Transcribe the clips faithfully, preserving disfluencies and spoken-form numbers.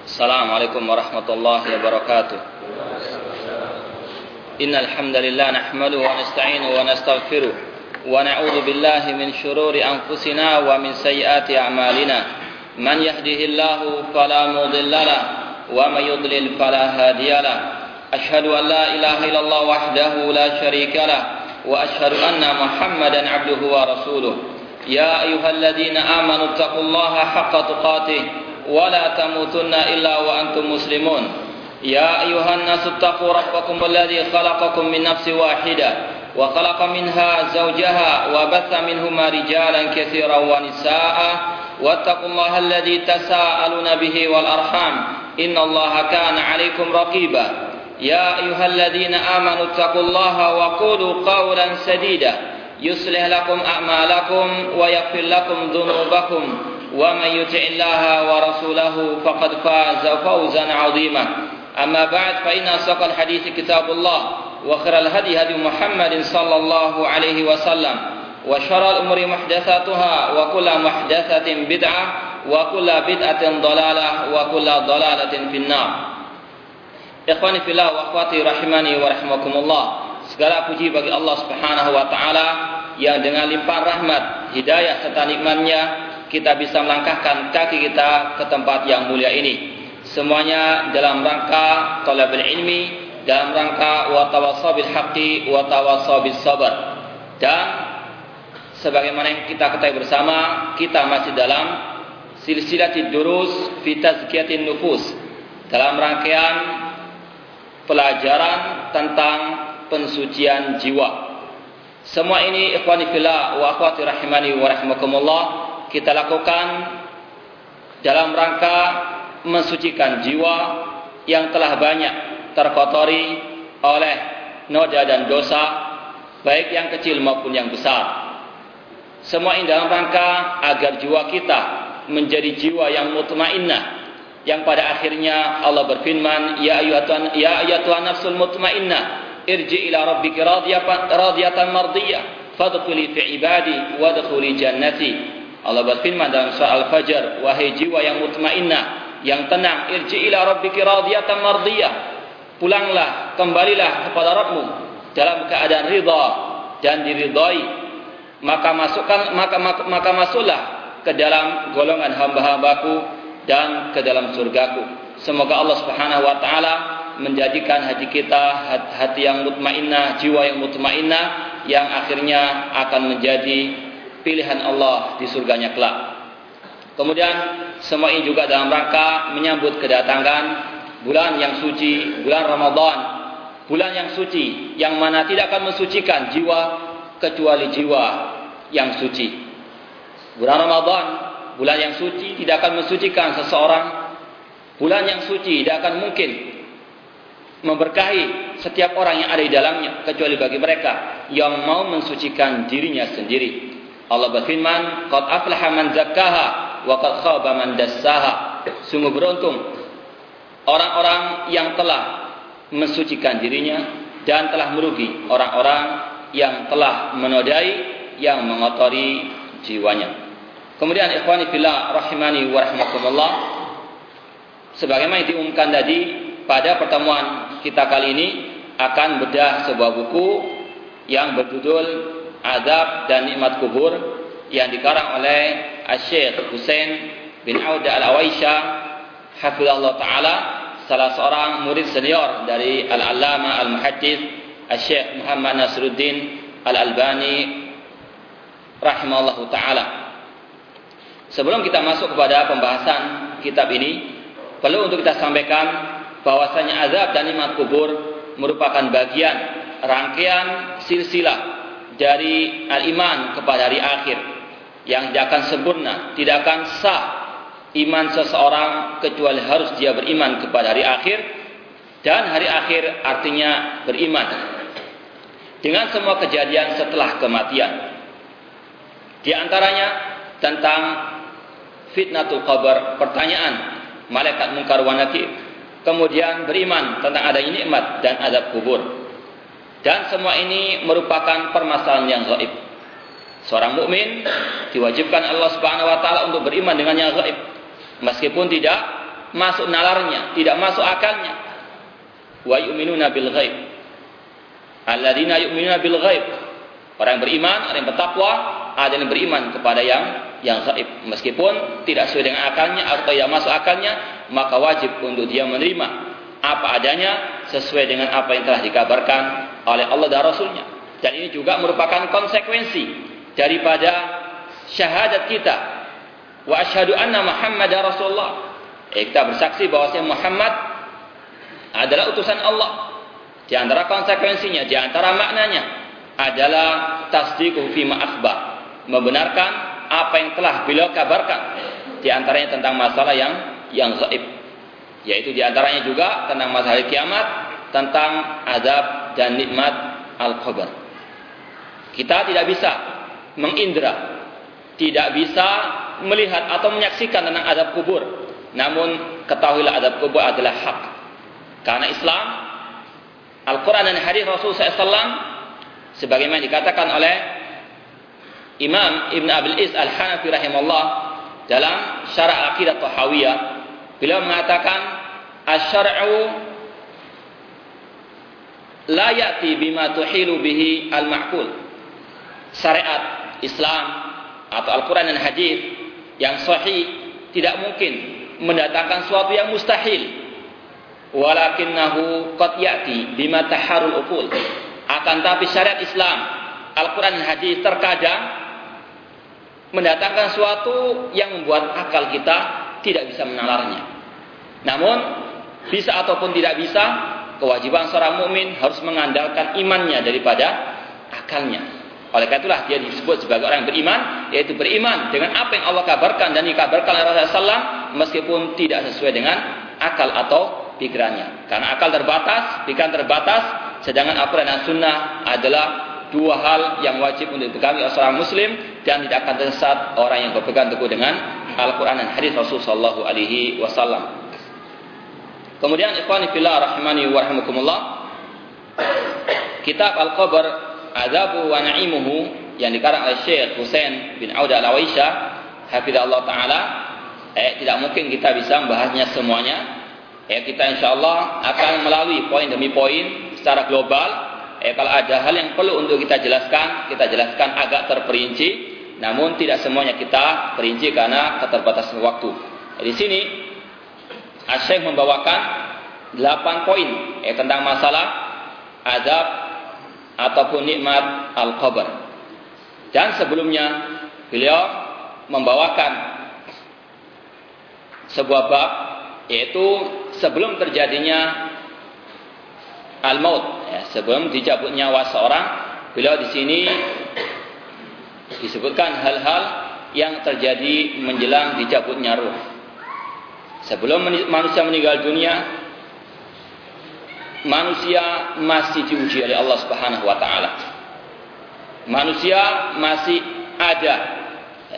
Assalamualaikum warahmatullahi wabarakatuh. Innal hamdalillah nahmaduhu wa nasta'inuhu wa nastaghfiruh wa na'udzu billahi min shururi anfusina wa min sayyiati a'malina. Man yahdihillahu fala mudilla lahu wa may yudlil fala hadiya lahu. Ashhadu an la ilaha illallah wahdahu la syarika lahu wa ashhadu anna Muhammadan 'abduhu wa rasuluh. Ya ayyuhalladzina amanu taqullaha haqqa tuqatih ولا تموتن إلا وأنتم مسلمون يا أيها الناس اتقوا ربكم الذي خلقكم من نفس واحدة وخلق منها زوجها وبث منهما رجالا كثيرا ونساء واتقوا الله الذي تساءلون به والأرحام إن الله كان عليكم رقيبا يا أيها الذين آمنوا اتقوا الله وقولوا قولا سديدا يصلح لكم أعمالكم ويغفر لكم ذنوبكم ومن يطع الله ورسوله فقد فاز فوزا عظيما أما بعد فإن أصدق الحديث كتاب الله وخير الهدي هدي محمد صلى الله عليه وسلم وشر الأمور محدثاتها وكل محدثة بدعة وكل بدعة ضلالة وكل ضلالة في النار. Ikhwani fillah wa akhwati rahimani wa rahimakumullah. Segala puji bagi Allah Subhanahu wa taala yang dengan limpahan rahmat, hidayah serta nikmat-Nya kita bisa melangkahkan kaki kita ke tempat yang mulia ini. Semuanya dalam rangka talabul ilmi, dalam rangka wa tawassaw bil haqqi wa tawassaw bis sabr. Dan sebagaimana yang kita ketahui bersama, kita masih dalam silsilatul durus fi tazkiyatin nufus, dalam rangkaian pelajaran tentang pensucian jiwa. Semua ini ikhwani fillah wa akhwati rahimani wa rahimakumullah kita lakukan dalam rangka mensucikan jiwa yang telah banyak terkotori oleh noda dan dosa, baik yang kecil maupun yang besar. Semua ini dalam rangka agar jiwa kita menjadi jiwa yang mutmainnah, yang pada akhirnya Allah berfirman, ya ayyatuhan ya ayyatuhan nafsul mutmainnah irji ila rabbiki radiyatan mardiyah fadkhuli fi ibadi wadkhuli jannati. Allah berfirman dalam surah Al-Fajr, wahai jiwa yang mutmainnah, yang tenang, irji ila rabbiki radiyatan mardiyah, pulanglah, kembalilah kepada Rabbmu dalam keadaan ridha dan diridhai, maka masukkan maka maka, maka masuklah ke dalam golongan hamba-hambaku dan ke dalam surgaku. Semoga Allah Subhanahu wa taala menjadikan hati kita hati yang mutmainnah, jiwa yang mutmainnah, yang akhirnya akan menjadi pilihan Allah di surganya kelak. Kemudian semua ini juga dalam rangka menyambut kedatangan bulan yang suci, bulan Ramadan, bulan yang suci, yang mana tidak akan mensucikan jiwa kecuali jiwa yang suci. Bulan Ramadan, bulan yang suci, tidak akan mensucikan seseorang. Bulan yang suci tidak akan mungkin memberkahi setiap orang yang ada di dalamnya kecuali bagi mereka yang mau mensucikan dirinya sendiri. Allah berfirman, qad aflaha man zakkaha wa qad khaba man dassaha. Sungguh beruntung orang-orang yang telah mensucikan dirinya, dan telah merugi orang-orang yang telah menodai, yang mengotori jiwanya. Kemudian ikhwani fillah rahimani wa rahimakumullah, sebagaimana yang diumumkan tadi pada pertemuan kita kali ini, akan bedah sebuah buku yang berjudul Adab dan Nikmat Kubur, yang dikarang oleh Syekh Husain bin Auda Al-Awaisyah hafizallahu taala, salah seorang murid senior dari Al-Allamah Al-Muhaddits Syekh Muhammad Nasruddin Al-Albani rahimahullahu taala. Sebelum kita masuk kepada pembahasan kitab ini, perlu untuk kita sampaikan bahwasanya azab dan nikmat kubur merupakan bagian rangkaian silsilah dari al-iman kepada hari akhir, yang tidak akan sempurna, tidak akan sah iman seseorang kecuali harus dia beriman kepada hari akhir. Dan hari akhir artinya beriman dengan semua kejadian setelah kematian. Di antaranya tentang fitnatul qabr, pertanyaan malaikat munkar wa nakir. Kemudian beriman tentang adanya nikmat dan azab kubur. Dan semua ini merupakan permasalahan yang gaib. Seorang mukmin diwajibkan Allah Subhanahu wa taala untuk beriman dengan yang gaib, meskipun tidak masuk nalarnya, tidak masuk akalnya. Wa yu'minuna bil ghaib. Alladzina yu'minuna bil ghaib. Orang yang beriman, orang yang bertakwa, ada yang beriman kepada yang yang gaib. Meskipun tidak sesuai dengan akalnya atau yang masuk akalnya, maka wajib untuk dia menerima apa adanya sesuai dengan apa yang telah dikabarkan oleh Allah dan Rasulnya. Dan ini juga merupakan konsekuensi daripada syahadat kita. Wa asyhadu anna Muhammadar Rasulullah. Eh, kita bersaksi bahwasanya Muhammad adalah utusan Allah. Di antara konsekuensinya, di antara maknanya adalah tasdiqu fi ma akhbar, membenarkan apa yang telah beliau kabarkan, di antaranya tentang masalah yang yang gaib, yaitu di antaranya juga tentang masalah kiamat, tentang azab dan nikmat al-qabr. Kita tidak bisa mengindra, tidak bisa melihat atau menyaksikan tentang azab kubur. Namun ketahuilah azab kubur adalah hak. Karena Islam, Al-Quran dan hadis Rasulullah shallallahu alaihi wasallam, sebagaimana dikatakan oleh Imam Ibn Abil Is Al-Hanafi rahimahullah dalam Syarah Aqidah Tahawiyah, beliau mengatakan asy-syar'u la ya'ti bima tuhilu bihi al-ma'qul. Syariat Islam atau Al-Quran dan hadis yang sahih tidak mungkin mendatangkan sesuatu yang mustahil. Walakinnahu qad ya'ti bima taharul uqul. Akan tapi syariat Islam, Al-Quran dan hadis terkadang mendatangkan sesuatu yang membuat akal kita tidak bisa menalarnya. Namun bisa ataupun tidak bisa, kewajiban seorang mukmin harus mengandalkan imannya daripada akalnya. Oleh karena itulah dia disebut sebagai orang yang beriman, yaitu beriman dengan apa yang Allah kabarkan dan dikabarkan oleh Rasulullah shallallahu alaihi wasallam, meskipun tidak sesuai dengan akal atau pikirannya. Karena akal terbatas, pikiran terbatas, sedangkan Al-Quran dan Sunnah adalah dua hal yang wajib untuk dipegang oleh seorang muslim, dan tidak akan tersesat orang yang berpegang teguh dengan Al-Quran dan hadis Rasul sallallahu alaihi wasallam. Kemudian ikhwani fillah rahimani wa rahimakumullah, kitab Al-Qabr Adzabu wa Na'imuhu yang dikarang oleh Syekh Husain bin Auda Al-Awaisyah hafizahullah taala, eh tidak mungkin kita bisa membahasnya semuanya. Eh kita insyaallah akan melalui poin demi poin secara global. Eh kalau ada hal yang perlu untuk kita jelaskan, kita jelaskan agak terperinci, namun tidak semuanya kita perinci karena keterbatasan waktu. Di sini Asy-Syaikh membawakan delapan poin eh, tentang masalah azab ataupun nikmat al-qabr. Dan sebelumnya beliau membawakan sebuah bab, yaitu sebelum terjadinya al-maut, ya, sebelum dicabut nyawa seorang. Beliau di sini disebutkan hal-hal yang terjadi menjelang dicabutnya ruh. Sebelum manusia meninggal dunia, manusia masih diuji oleh Allah Subhanahu wa taala. Manusia masih ada, ya,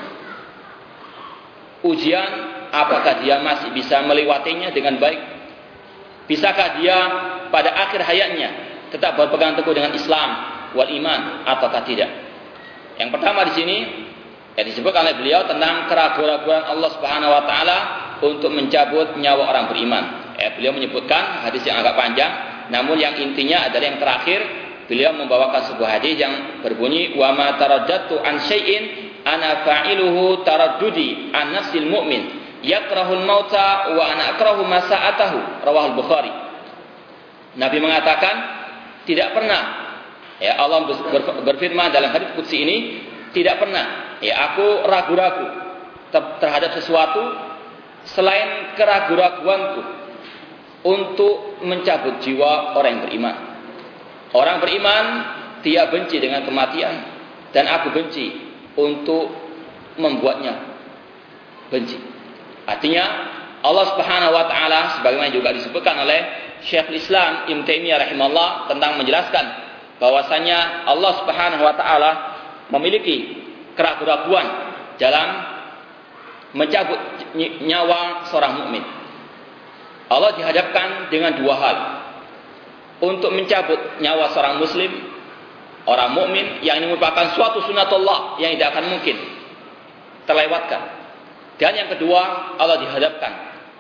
ujian, apakah dia masih bisa melewatinya dengan baik? Bisakah dia pada akhir hayatnya tetap berpegang teguh dengan Islam wal iman ataukah tidak? Yang pertama di sini yang disebutkan oleh beliau tentang keraguan-keraguan Allah Subhanahu wa taala untuk mencabut nyawa orang beriman. Eh, beliau menyebutkan hadis yang agak panjang, namun yang intinya adalah yang terakhir. Beliau membawakan sebuah hadis yang berbunyi, wa ma taraddatu an syai'in ana fa'iluhu taraddudi an nafsil mu'min yakrahul mauta wa ana akrahu masa'atahu, rawahul Bukhari. Nabi mengatakan tidak pernah, ya, Allah berfirman dalam hadis qudsi ini, tidak pernah, ya, aku ragu-ragu terhadap sesuatu selain keraguan-raguanku untuk mencabut jiwa orang yang beriman. Orang beriman dia benci dengan kematian, dan aku benci untuk membuatnya benci. Artinya Allah Subhanahu wa taala sebagaimana juga disebutkan oleh Syekhul Islam Ibnu Taimiyah rahimahullah tentang menjelaskan bahwasanya Allah Subhanahu wa taala memiliki keraguan-raguan dalam mencabut nyawa seorang mukmin. Allah dihadapkan dengan dua hal untuk mencabut nyawa seorang muslim, orang mukmin, yang ini merupakan suatu sunatullah yang tidak akan mungkin terlewatkan. Dan yang kedua, Allah dihadapkan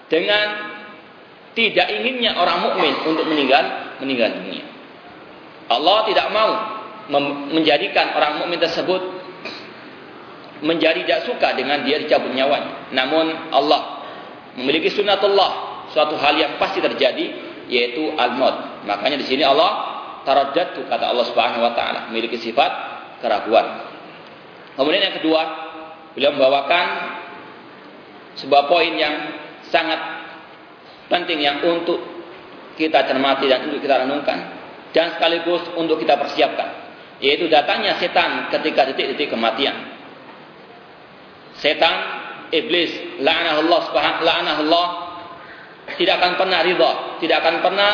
dengan tidak inginnya orang mukmin untuk meninggal meninggal dunia. Allah tidak mau menjadikan orang mukmin tersebut menjadi tidak suka dengan dia dicabut nyawanya. Namun Allah memiliki sunnatullah, suatu hal yang pasti terjadi, yaitu al-maut. Makanya di sini Allah taraddatu, kata Allah Subhanahu wa taala, memiliki sifat keraguan. Kemudian yang kedua, beliau membawakan sebuah poin yang sangat penting yang untuk kita cermati dan untuk kita renungkan dan sekaligus untuk kita persiapkan, yaitu datangnya setan ketika detik-detik kematian. Setan, iblis, la'anahullah subhanahu la'anahullah, tidak akan pernah ridha, tidak akan pernah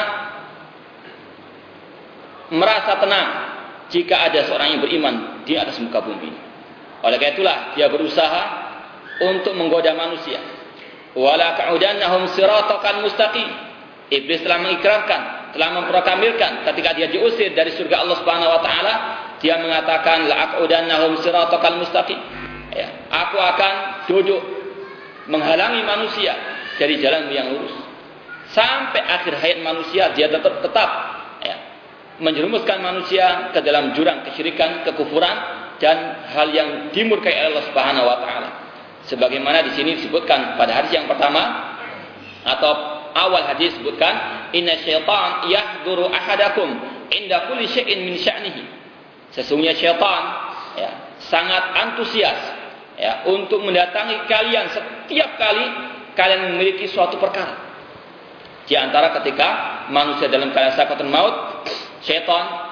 merasa tenang jika ada seorang yang beriman di atas muka bumi. Oleh karena itulah dia berusaha untuk menggoda manusia. Wala ka'udannahum siratal mustaqim. Iblis telah mengikrarkan, telah memproklamirkan ketika dia diusir dari surga Allah Subhanahu wa taala, dia mengatakan la aqudannahum siratal mustaqim. Ya, aku akan duduk menghalangi manusia dari jalan yang lurus. Sampai akhir hayat manusia dia tetap tetap ya, menjerumuskan manusia ke dalam jurang kesyirikan, kekufuran dan hal yang dimurkai Allah Subhanahu wa taala. Sebagaimana di sini disebutkan pada hadis yang pertama atau awal hadis disebutkan inna syaitan yahduru ahadakum inda kulli syai'in min sya'nihi. Sesungguhnya syaitan ya, sangat antusias ya, untuk mendatangi kalian setiap kali kalian memiliki suatu perkara. Di antara ketika manusia dalam keadaan sakaratul maut, syaitan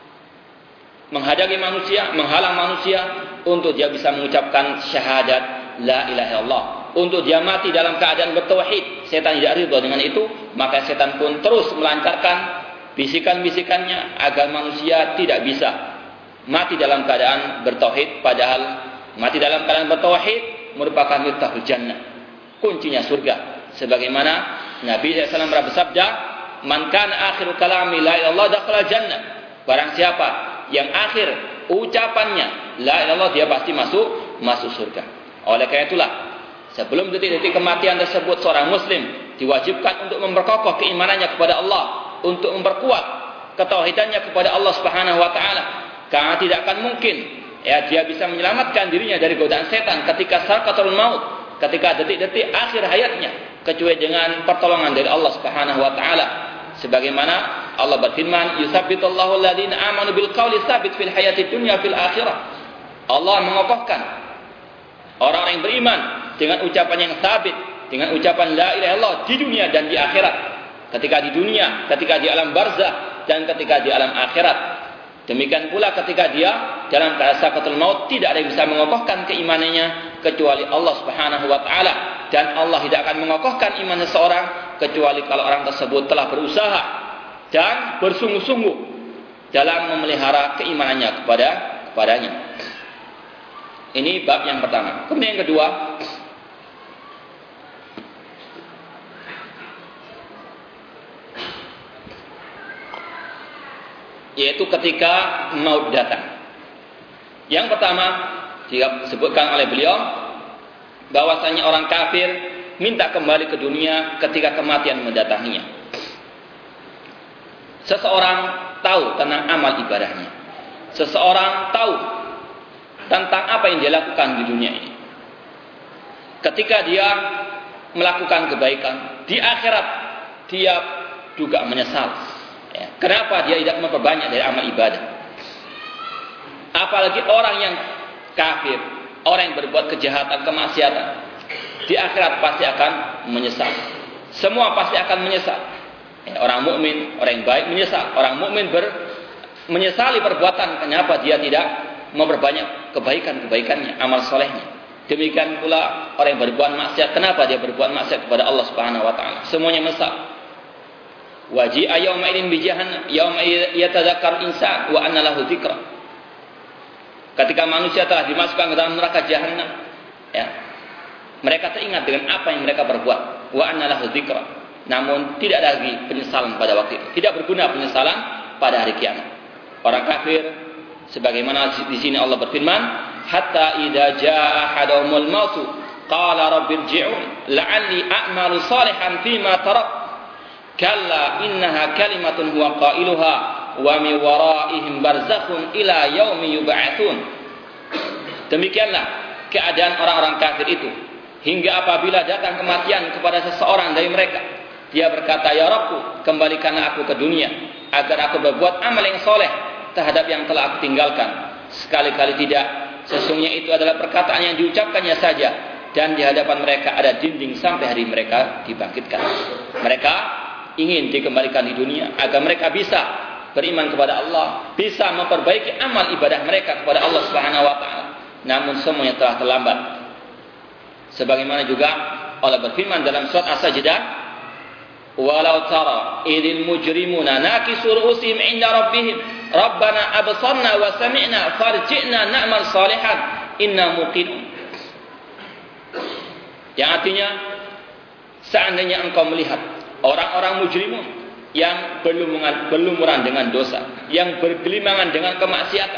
menghadapi manusia, menghalang manusia untuk dia bisa mengucapkan syahadat la ilaha illallah, untuk dia mati dalam keadaan bertauhid. Setan tidak ridha dengan itu, maka setan pun terus melancarkan bisikan-bisikannya agar manusia tidak bisa mati dalam keadaan bertauhid, padahal mati dalam keadaan bertauhid merupakan miftahul jannah, kuncinya surga. Sebagaimana Nabi shallallahu alaihi wasallam bersabda, "Man kana akhiru kalami la ilaha illallah dakhala jannah." Barang siapa yang akhir ucapannya la ilaha illallah, dia pasti masuk masuk surga. Oleh karena itulah, sebelum detik-detik kematian tersebut, seorang muslim diwajibkan untuk memperkokoh keimanannya kepada Allah, untuk memperkuat ketauhidannya kepada Allah Subhanahu wa taala. Karena tidak akan mungkin ya dia bisa menyelamatkan dirinya dari godaan setan ketika sakaratul maut, ketika detik-detik akhir hayatnya, kecuali dengan pertolongan dari Allah Subhanahu wa taala. Sebagaimana Allah berfirman, "Yusabbitullahu alladziina aamanu bil qawli tsabit fil hayatid dunya fil akhirah." Allah mengokohkan orang-orang yang beriman dengan ucapan yang sabit, dengan ucapan la ilaha illallah di dunia dan di akhirat. Ketika di dunia, ketika di alam barzah, dan ketika di alam akhirat. Demikian pula ketika dia dalam keadaan sakaratul maut, tidak ada yang bisa mengokohkan keimanannya kecuali Allah Subhanahu wa taala, dan Allah tidak akan mengokohkan iman seseorang kecuali kalau orang tersebut telah berusaha dan bersungguh-sungguh dalam memelihara keimanannya kepada kepadanya. Ini bab yang pertama. Kemudian yang kedua, yaitu ketika maut datang. Yang pertama disebutkan oleh beliau bahwasanya orang kafir minta kembali ke dunia ketika kematian mendatanginya. Seseorang tahu tentang amal ibadahnya. Seseorang tahu tentang apa yang dia lakukan di dunia ini. Ketika dia melakukan kebaikan, di akhirat dia juga menyesal. Ya, kenapa dia tidak memperbanyak dari amal ibadah? Apalagi orang yang kafir, orang yang berbuat kejahatan, kemaksiatan, di akhirat pasti akan menyesal. Semua pasti akan menyesal. Ya, orang mukmin, orang yang baik menyesal. Orang mukmin ber menyesali perbuatan, kenapa dia tidak memperbanyak kebaikan-kebaikannya, amal solehnya. Demikian pula orang yang berbuat maksiat, kenapa dia berbuat maksiat kepada Allah Subhanahu wa taala? Semuanya menyesal. Waji'a yawma idin bi jahannam yawma yatadzakkar insan wa anna lahu dzikra. Ketika manusia telah dimasukkan ke dalam neraka jahanam, ya, mereka teringat dengan apa yang mereka perbuat. Wa anna lahu dzikra. Namun tidak ada lagi penyesalan pada waktu itu. Tidak berguna penyesalan pada hari kiamat. Orang kafir, sebagaimana di sini Allah berfirman, hatta idza jaa ahadumul maut Qala rabbirji'un la'alli a'malu salihan fima tarak. Kalla innaha kalimatun huwa qailuha wa min waraihim barzakhun ila yaumi yub'atsun. Demikianlah keadaan orang-orang kafir itu, hingga apabila datang kematian kepada seseorang dari mereka, dia berkata, ya Rabbku, kembalikanlah aku ke dunia agar aku berbuat amal yang soleh terhadap yang telah aku tinggalkan. Sekali-kali tidak, sesungguhnya itu adalah perkataan yang diucapkannya saja, dan di hadapan mereka ada dinding sampai hari mereka dibangkitkan. Mereka ingin dikembalikan di dunia agar mereka bisa beriman kepada Allah, bisa memperbaiki amal ibadah mereka kepada Allah Subhanahu wa taala. Namun semuanya telah terlambat. Sebagaimana juga Allah berfirman dalam surat As-Sajdah, "Walau tara idil mujrimuna nakisu ru'usihim 'inda rabbihim, Rabbana absarna wa sami'na farji'na na'mal salihan inna muqinun." Yang artinya, seandainya engkau melihat orang-orang mujrimun yang berlumuran dengan dosa, yang bergelimangan dengan kemaksiatan,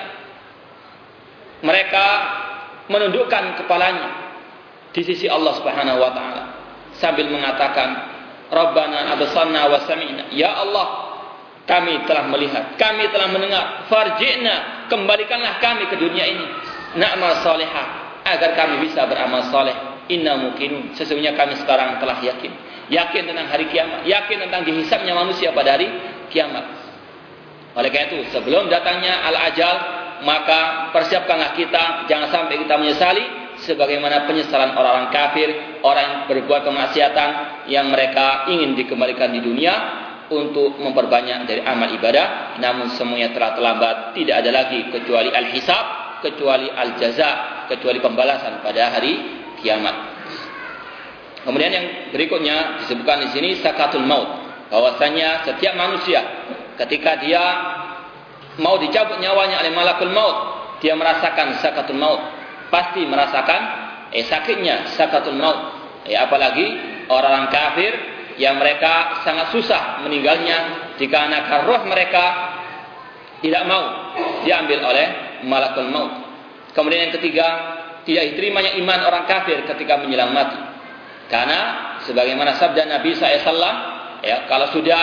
mereka menundukkan kepalanya di sisi Allah Subhanahu wa taala sambil mengatakan, Rabbana absarna wa sami'na, ya Allah, kami telah melihat, kami telah mendengar, farji'na, kembalikanlah kami ke dunia ini, na'mal salihah, agar kami bisa beramal saleh. Inna muqinun, sesungguhnya kami sekarang telah yakin, yakin tentang hari kiamat, yakin tentang dihisabnya manusia pada hari kiamat. Oleh karena itu, sebelum datangnya al-ajal, maka persiapkanlah kita, jangan sampai kita menyesali sebagaimana penyesalan orang-orang kafir, orang yang berbuat kemaksiatan, yang mereka ingin dikembalikan di dunia untuk memperbanyak dari amal ibadah, namun semuanya telah terlambat. Tidak ada lagi kecuali al-hisab, kecuali al-jaza, kecuali pembalasan pada hari kiamat. Kemudian yang berikutnya disebutkan di sini sakatul maut, bahwasanya setiap manusia ketika dia mau dicabut nyawanya oleh malakul maut, dia merasakan sakatul maut, pasti merasakan eh sakitnya sakatul maut. Eh, apalagi orang-orang kafir yang mereka sangat susah meninggalnya dikarenakan roh mereka tidak mau diambil oleh malakul maut. Kemudian yang ketiga, tidak diterimanya iman orang kafir ketika menjelang mati. Karena sebagaimana sabda Nabi sallallahu alaihi wasallam, ya, kalau sudah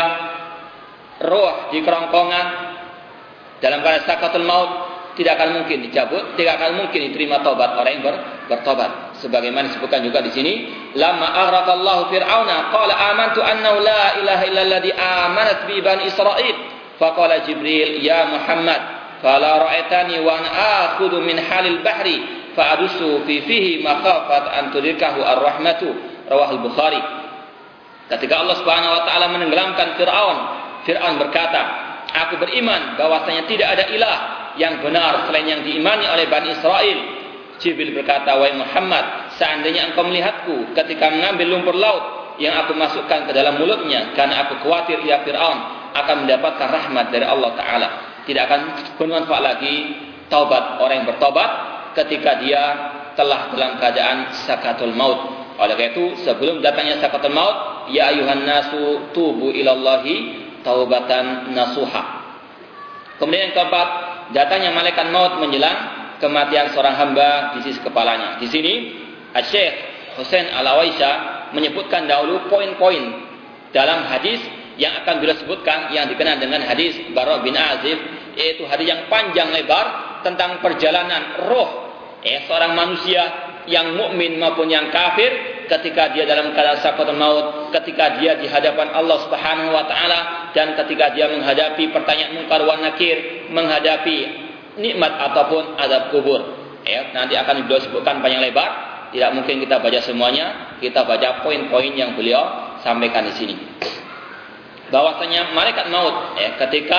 roh di kerongkongan dalam keadaan sakatul maut, tidak akan mungkin dicabut, tidak akan mungkin diterima taubat orang yang ber, bertobat. Sebagaimana disebutkan juga di sini, lamma aghraqallahu fir'auna qala amantu annahu la ilaha illalladzi amanat bi bani Israil. Faqala Jibril, ya Muhammad, fala ra'aitani wa an akhudhu min halil bahri fa'adusu fi fihi makhafat an tudrikahu ar-rahmatu, rawahul Bukhari. Ketika Allah Subhanahu wa taala menenggelamkan Firaun, Firaun berkata, aku beriman bahwasanya tidak ada ilah yang benar selain yang diimani oleh Bani Israel. Jibril berkata, wahai Muhammad, seandainya engkau melihatku ketika mengambil lumpur laut yang aku masukkan ke dalam mulutnya, karena aku khawatir ia Firaun akan mendapatkan rahmat dari Allah taala, tidak akan bermanfaat lagi taubat orang yang bertobat ketika dia telah dalam keadaan sakatul maut. Oleh karena itu, sebelum datangnya sakatul maut, ya ayuhan nasu tubu ilallahi taubatan nasuha. Kemudian yang keempat, datangnya malaikat maut menjelang kematian seorang hamba di sisi kepalanya. Di sini Syekh Husain Al-Awaisya menyebutkan dahulu poin-poin dalam hadis yang akan beliau sebutkan, yang dikenal dengan hadis Bara bin Azib, yaitu hadis yang panjang lebar tentang perjalanan roh eh, seorang manusia yang mukmin maupun yang kafir ketika dia dalam keadaan sakatul maut, ketika dia di hadapan Allah Subhanahu wa taala, dan ketika dia menghadapi pertanyaan munkar wa nakir, menghadapi nikmat ataupun azab kubur. Eh, nanti akan beliau sebutkan panjang lebar, tidak mungkin kita baca semuanya, kita baca poin-poin yang beliau sampaikan di sini. Bahwasanya malaikat maut eh, ketika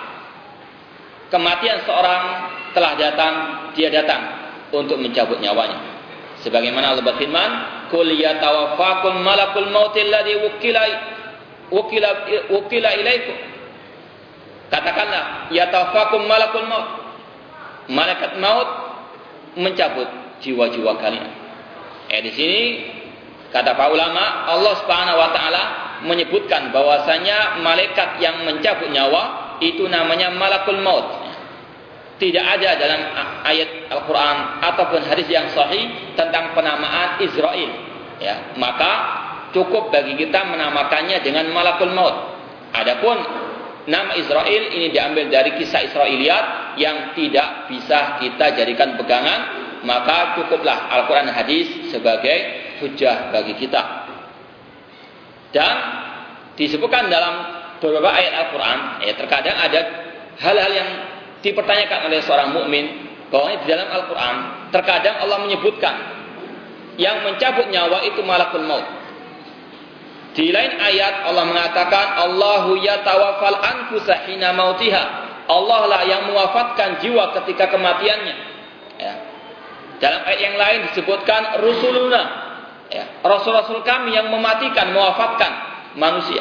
kematian seorang telah datang, dia datang untuk mencabut nyawanya. Sebagaimana Allah berfirman, "Qul yatawaffakum malakul maut alladzi wukila wukila wukila ilaikum." Katakanlah, yatawaffakum malakul maut. Malaikat maut mencabut jiwa-jiwa kalian. Eh di sini kata para ulama, Allah Subhanahu wa taala menyebutkan bahwasanya malaikat yang mencabut nyawa itu namanya malakul maut. Tidak ada dalam ayat Al-Quran ataupun hadis yang sahih tentang penamaan Israel. Ya, maka cukup bagi kita menamakannya dengan malakul maut. Adapun nama Israel ini diambil dari kisah Israiliyat yang tidak bisa kita jadikan pegangan, maka cukuplah Al-Quran dan hadis sebagai hujjah bagi kita. Dan disebutkan dalam beberapa ayat Al-Quran, ya, terkadang ada hal-hal yang dipertanyakan oleh seorang mukmin bahwa di dalam Al-Quran terkadang Allah menyebutkan yang mencabut nyawa itu malakul maut. Di lain ayat Allah mengatakan Allahu yatawaffal anfusa hina mautiha. Allah lah yang mewafatkan jiwa ketika kematiannya. Ya. Dalam ayat yang lain disebutkan rusuluna, ya, rasul-rasul kami yang mematikan, mewafatkan manusia.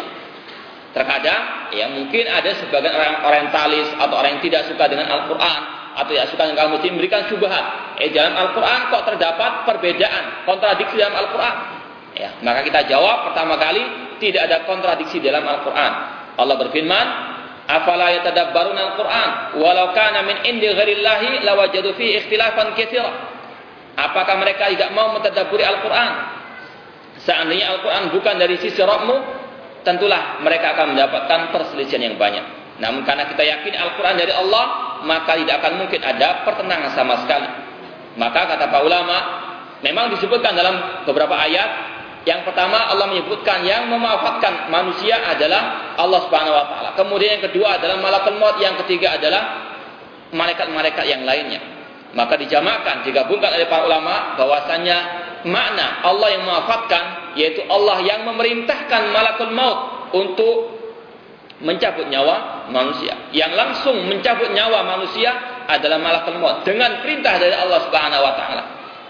Terkadang ya mungkin ada sebagian orang orientalis atau orang yang tidak suka dengan Al-Quran atau yang suka dengan kaum muslim memberikan syubhat. Eh dalam Al-Quran kok terdapat perbedaan, kontradiksi dalam Al-Quran? Ya, maka kita jawab pertama kali tidak ada kontradiksi dalam Al-Quran. Allah berfirman, "Afala yatadabbaruna Al-Quran, walau kana min indi ghairillahi lawajadu fi ikhtilafan katsira." Apakah mereka tidak mau mentadabburi Al-Quran? Seandainya Al-Quran bukan dari sisi Rabbmu, tentulah mereka akan mendapatkan perselisihan yang banyak. Namun karena kita yakin Al-Quran dari Allah, maka tidak akan mungkin ada pertentangan sama sekali. Maka kata para ulama, memang disebutkan dalam beberapa ayat. Yang pertama Allah menyebutkan yang memafatkan manusia adalah Allah Subhanahu wa taala. Kemudian yang kedua adalah malakul maut, yang ketiga adalah malaikat-malaikat yang lainnya. Maka dijamakkan, digabungkan oleh para ulama bahwasanya makna Allah yang memafatkan yaitu Allah yang memerintahkan malakul maut untuk mencabut nyawa manusia. Yang langsung mencabut nyawa manusia adalah malakul maut dengan perintah dari Allah Subhanahu wa taala.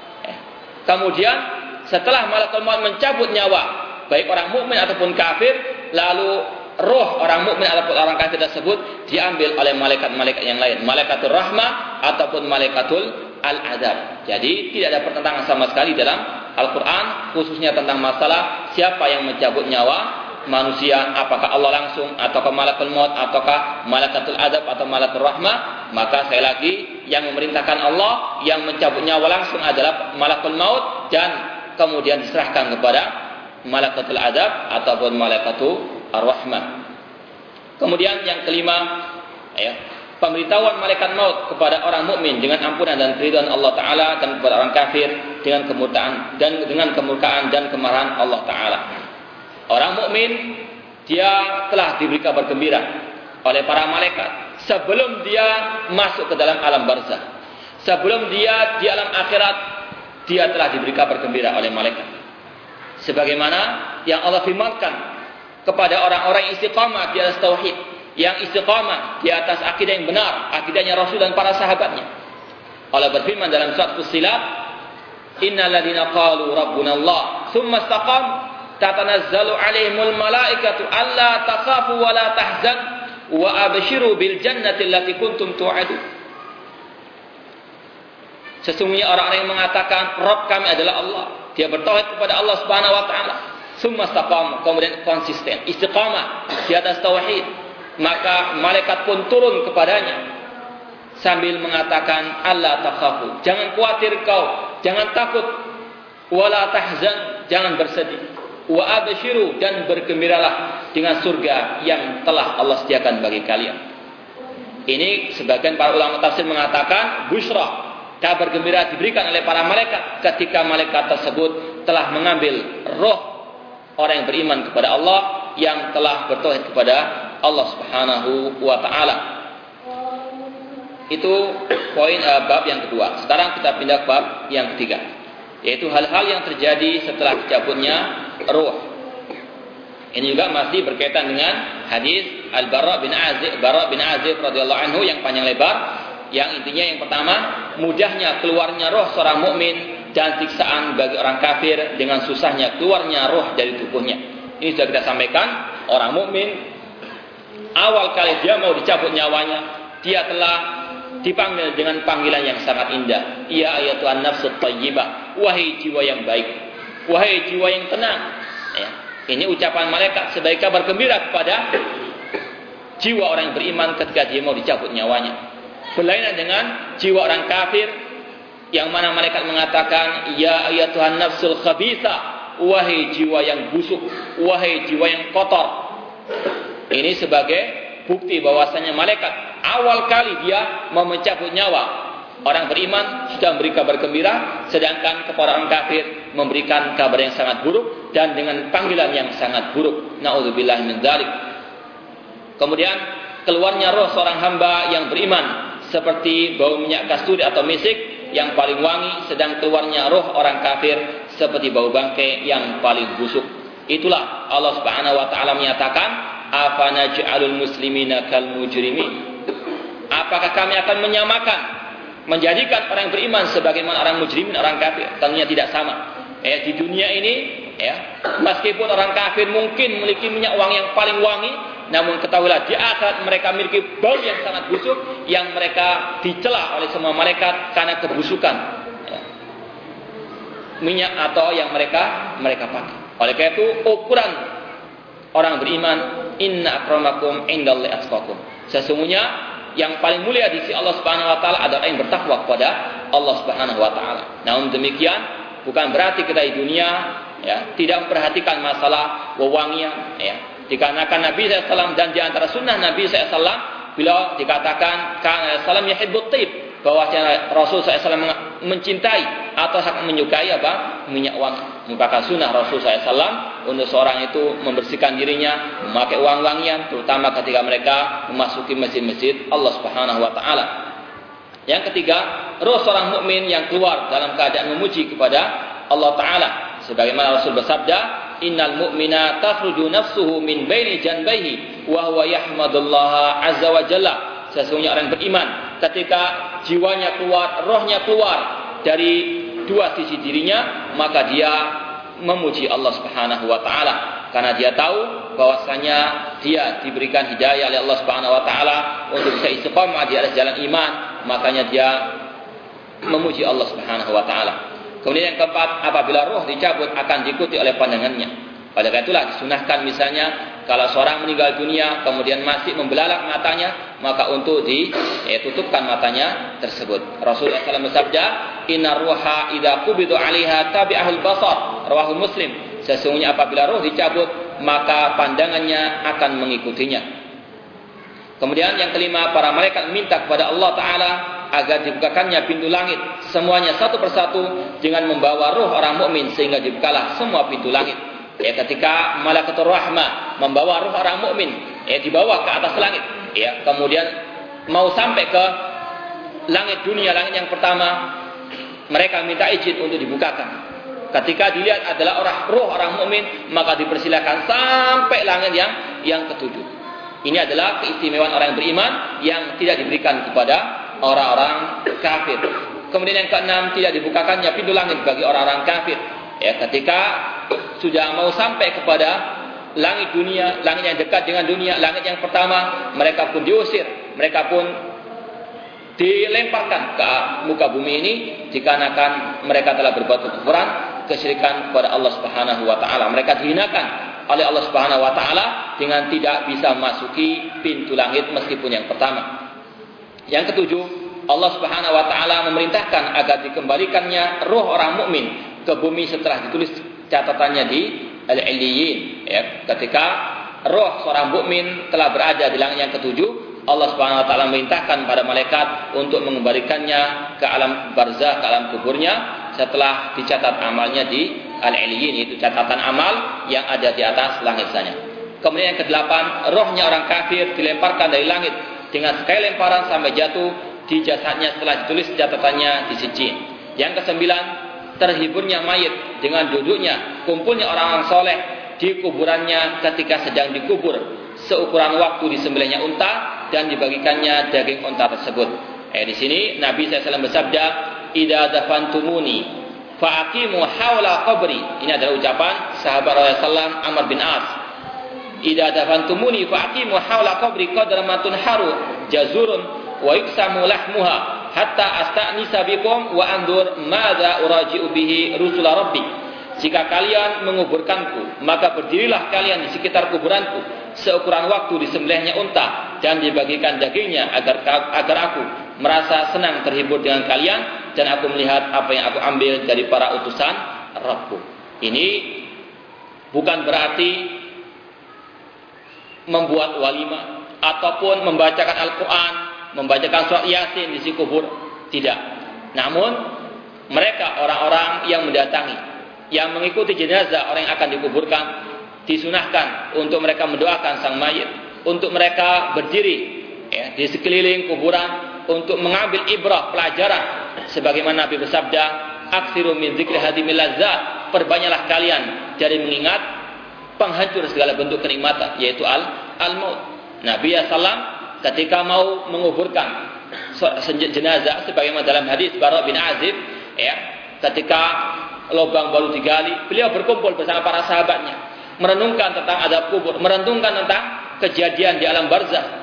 Kemudian setelah malakul maut mencabut nyawa baik orang mukmin ataupun kafir, lalu roh orang mukmin ataupun orang kafir tersebut diambil oleh malaikat-malaikat yang lain, malaikatul rahmah ataupun malaikatul al-azab. Jadi tidak ada pertentangan sama sekali dalam Al-Quran, khususnya tentang masalah siapa yang mencabut nyawa manusia, apakah Allah langsung ataukah malakul maut ataukah malaikatul azab atau malaikatul rahmah. Maka sekali lagi yang memerintahkan Allah, yang mencabut nyawa langsung adalah malakul maut dan kemudian diserahkan kepada malaikatul azab ataupun malaikatul ar-rahmah. Kemudian yang kelima, ya, pemberitahuan malaikat maut kepada orang mukmin dengan ampunan dan keridhaan Allah Taala, dan kepada orang kafir dengan kemurkaan dan dengan kemurkaan dan kemarahan Allah Taala. Orang mukmin dia telah diberi kabar gembira oleh para malaikat sebelum dia masuk ke dalam alam barzah. Sebelum dia di alam akhirat, dia telah diberi kabar gembira oleh malaikat. Sebagaimana yang Allah firmankan kepada orang-orang yang istiqamah di atas tauhid, yang istiqamah di atas akidah yang benar, akidahnya Rasul dan para sahabatnya. Allah berfirman dalam surat Fussilat, "Innal ladzina qalu rabbuna Allah, tsumma istaqamu, tatanazzalu 'alaihimul malaikatu alla takhafu wa la tahzan wa abshiru bil jannati allati kuntum tu'adun." Sesungguhnya orang-orang yang mengatakan Rabb kami adalah Allah, dia bertauhid kepada Allah Subhanahu wa taala, tsumma istaqamu, kemudian konsisten, istiqamah di atas tauhid, maka malaikat pun turun kepadanya sambil mengatakan alla takhafu, jangan khawatir kau, jangan takut, wala tahzan, jangan bersedih, wa abshiru, dan bergembiralah dengan surga yang telah Allah sediakan bagi kalian. Ini sebagian para ulama tafsir mengatakan busyra, kabar gembira diberikan oleh para malaikat ketika malaikat tersebut telah mengambil roh orang yang beriman kepada Allah, yang telah bertauhid kepada Allah Subhanahu wa taala. Itu poin uh, bab yang kedua. Sekarang kita pindah ke bab yang ketiga, yaitu hal-hal yang terjadi setelah dicabutnya roh. Ini juga masih berkaitan dengan hadis Al-Bara bin Azib, Bara bin Azib radhiyallahu anhu yang panjang lebar, yang intinya yang pertama, mudahnya keluarnya roh seorang mukmin dan siksaan bagi orang kafir dengan susahnya keluarnya roh dari tubuhnya. Ini sudah kita sampaikan, orang mukmin awal kali dia mau dicabut nyawanya, dia telah dipanggil dengan panggilan yang sangat indah. Ya ayyatuhan nafsut thayyibah, wahai jiwa yang baik, wahai jiwa yang tenang. Ya, ini ucapan malaikat sebagai kabar gembira kepada jiwa orang yang beriman ketika dia mau dicabut nyawanya. Berlainan dengan jiwa orang kafir yang mana malaikat mengatakan, ya ayyatuhan nafsul khabitha, wahai jiwa yang busuk, wahai jiwa yang kotor. Ini sebagai bukti bahwasanya malaikat awal kali dia mau mencabut nyawa orang beriman sudah memberi kabar gembira, sedangkan kepada orang kafir memberikan kabar yang sangat buruk dan dengan panggilan yang sangat buruk. Na'udzubillah min dzalik. Kemudian keluarnya roh seorang hamba yang beriman seperti bau minyak kasturi atau misik yang paling wangi, sedang keluarnya roh orang kafir seperti bau bangkai yang paling busuk. Itulah Allah Subhanahu wa taala menyatakan, afanaj'alul muslimina kal mujrimin. Apakah kami akan menyamakan, menjadikan orang yang beriman sebagaimana orang mujrimin, orang kafir? Tentunya tidak sama. Ya, di dunia ini, ya, meskipun orang kafir mungkin memiliki minyak wangi yang paling wangi, namun ketahuilah di akhirat mereka memiliki bau yang sangat busuk yang mereka dicela oleh semua malaikat karena kebusukan, ya, minyak atau yang mereka mereka pakai. Oleh karena itu ukuran orang beriman, inna akramakum indallahi atqakum. Sesungguhnya yang paling mulia di sisi Allah Subhanahu wa taala adalah yang bertakwa kepada Allah Subhanahu wa taala. Namun demikian bukan berarti kita di dunia, ya, tidak memperhatikan masalah wewangian, ya. Dikarenakan Nabi shallallahu alaihi wasallam dan di antara sunnah Nabi shallallahu alaihi wasallam bila dikatakan kana salam yuhibbut tib, bahwa Rasul shallallahu alaihi wasallam mencintai atau sangat menyukai apa? Minyak wangi. Merupakan sunnah Rasul shallallahu alaihi wasallam untuk seorang itu membersihkan dirinya, memakai wangi-wangian, terutama ketika mereka memasuki masjid-masjid Allah Subhanahu wa taala. Yang ketiga, roh seorang mukmin yang keluar dalam keadaan memuji kepada Allah taala. Sebagaimana Rasul bersabda, innal mu'mina takhruju nafsuhu min baini janbaihi wa huwa yahmadullaha azza wa jalla. Sesungguhnya orang beriman ketika jiwanya keluar, rohnya keluar dari dua sisi dirinya, maka dia memuji Allah Subhanahu wa taala karena dia tahu bahwasanya dia diberikan hidayah oleh Allah Subhanahu wa taala untuk bisa istiqamah di atas jalan iman, makanya dia memuji Allah Subhanahu wa taala. Kemudian yang keempat, apabila roh dicabut akan diikuti oleh pandangannya. Oleh karena itulah disunahkan misalnya kalau seorang meninggal dunia kemudian masih membelalak matanya, maka untuk ditutupkan matanya tersebut. Rasulullah shallallahu alaihi wasallam bersabda, inna ruha idza qubidu 'alaiha tabi'ahul basar, rawahu Muslim. Sesungguhnya apabila roh dicabut maka pandangannya akan mengikutinya. Kemudian yang kelima, para malaikat meminta kepada Allah taala agar dibukakannya pintu langit semuanya satu persatu dengan membawa ruh orang mukmin sehingga dibukalah semua pintu langit. Ya, ketika Malaikatur Rahmah membawa ruh orang mukmin, ya, dibawa ke atas langit, ya, kemudian mau sampai ke langit dunia, langit yang pertama, mereka minta izin untuk dibukakan. Ketika dilihat adalah orang ruh orang mukmin, maka dipersilakan sampai langit yang yang ketujuh. Ini adalah keistimewaan orang yang beriman yang tidak diberikan kepada orang-orang kafir. Kemudian yang keenam, tidak dibukakannya pintu langit bagi orang-orang kafir. Ya, ketika sudah mau sampai kepada langit dunia, langit yang dekat dengan dunia, langit yang pertama, mereka pun diusir, mereka pun dilemparkan ke muka bumi ini dikarenakan mereka telah berbuat kekufuran, kesyirikan kepada Allah Subhanahu wa taala. Mereka dihinakan oleh Allah Subhanahu wa taala dengan tidak bisa memasuki pintu langit meskipun yang pertama. Yang ketujuh, Allah Subhanahu wa taala memerintahkan agar dikembalikannya ruh orang mukmin ke bumi setelah ditulis catatannya di al-illiyin. Ya, ketika roh seorang mukmin telah berada di langit yang ketujuh, Allah Subhanahu wa taala memerintahkan pada malaikat untuk mengembalikannya ke alam barzakh, ke alam kuburnya setelah dicatat amalnya di al-illiyin, yaitu catatan amal yang ada di atas langit sana. Kemudian yang kedelapan, rohnya orang kafir dilemparkan dari langit dengan sekali lemparan sampai jatuh di jasadnya setelah ditulis catatannya di sijin. Yang kesembilan, terhiburnya mayit dengan duduknya kumpulnya orang-orang soleh di kuburannya ketika sedang dikubur seukuran waktu disembelihnya unta dan dibagikannya daging unta tersebut. Eh di sini Nabi shallallahu alaihi wasallam bersabda, "Idza dafantumuni fa'aqimu haula qabri." Ini adalah ucapan sahabat Rasulullah shallallahu alaihi wasallam Amr bin As. "Idza dafantumuni fa'aqimu haula qabri qadra ma tunharu jazurun wa yuksamu lahmuha hatta asta'nisa bikum wa andur madza uraji'u bihi rusul rabbi." Jika kalian menguburkanku, maka berdirilah kalian di sekitar kuburanku seukuran waktu disembelihnya unta dan dibagikan dagingnya agar agar aku merasa senang terhibur dengan kalian, dan aku melihat apa yang aku ambil dari para utusan Rabbku. Ini bukan berarti membuat walimah ataupun membacakan Al-Quran, membacakan surat Yasin di sisi kubur, tidak. Namun mereka orang-orang yang mendatangi, yang mengikuti jenazah orang yang akan dikuburkan, disunahkan untuk mereka mendoakan sang mayit, untuk mereka berdiri ya, di sekeliling kuburan untuk mengambil ibrah pelajaran, sebagaimana Nabi bersabda, "Aksiru min dzikri hadimil lazzat," perbanyaklah kalian dari mengingat penghancur segala bentuk kenikmatan, yaitu al al-maut. Nabi sallallahu alaihi wasallam ketika mau menguburkan jenazah, sebagaimana dalam hadis Bara bin Azib, ya, ketika lubang baru digali, beliau berkumpul bersama para sahabatnya, merenungkan tentang azab kubur, merenungkan tentang kejadian di alam barzakh.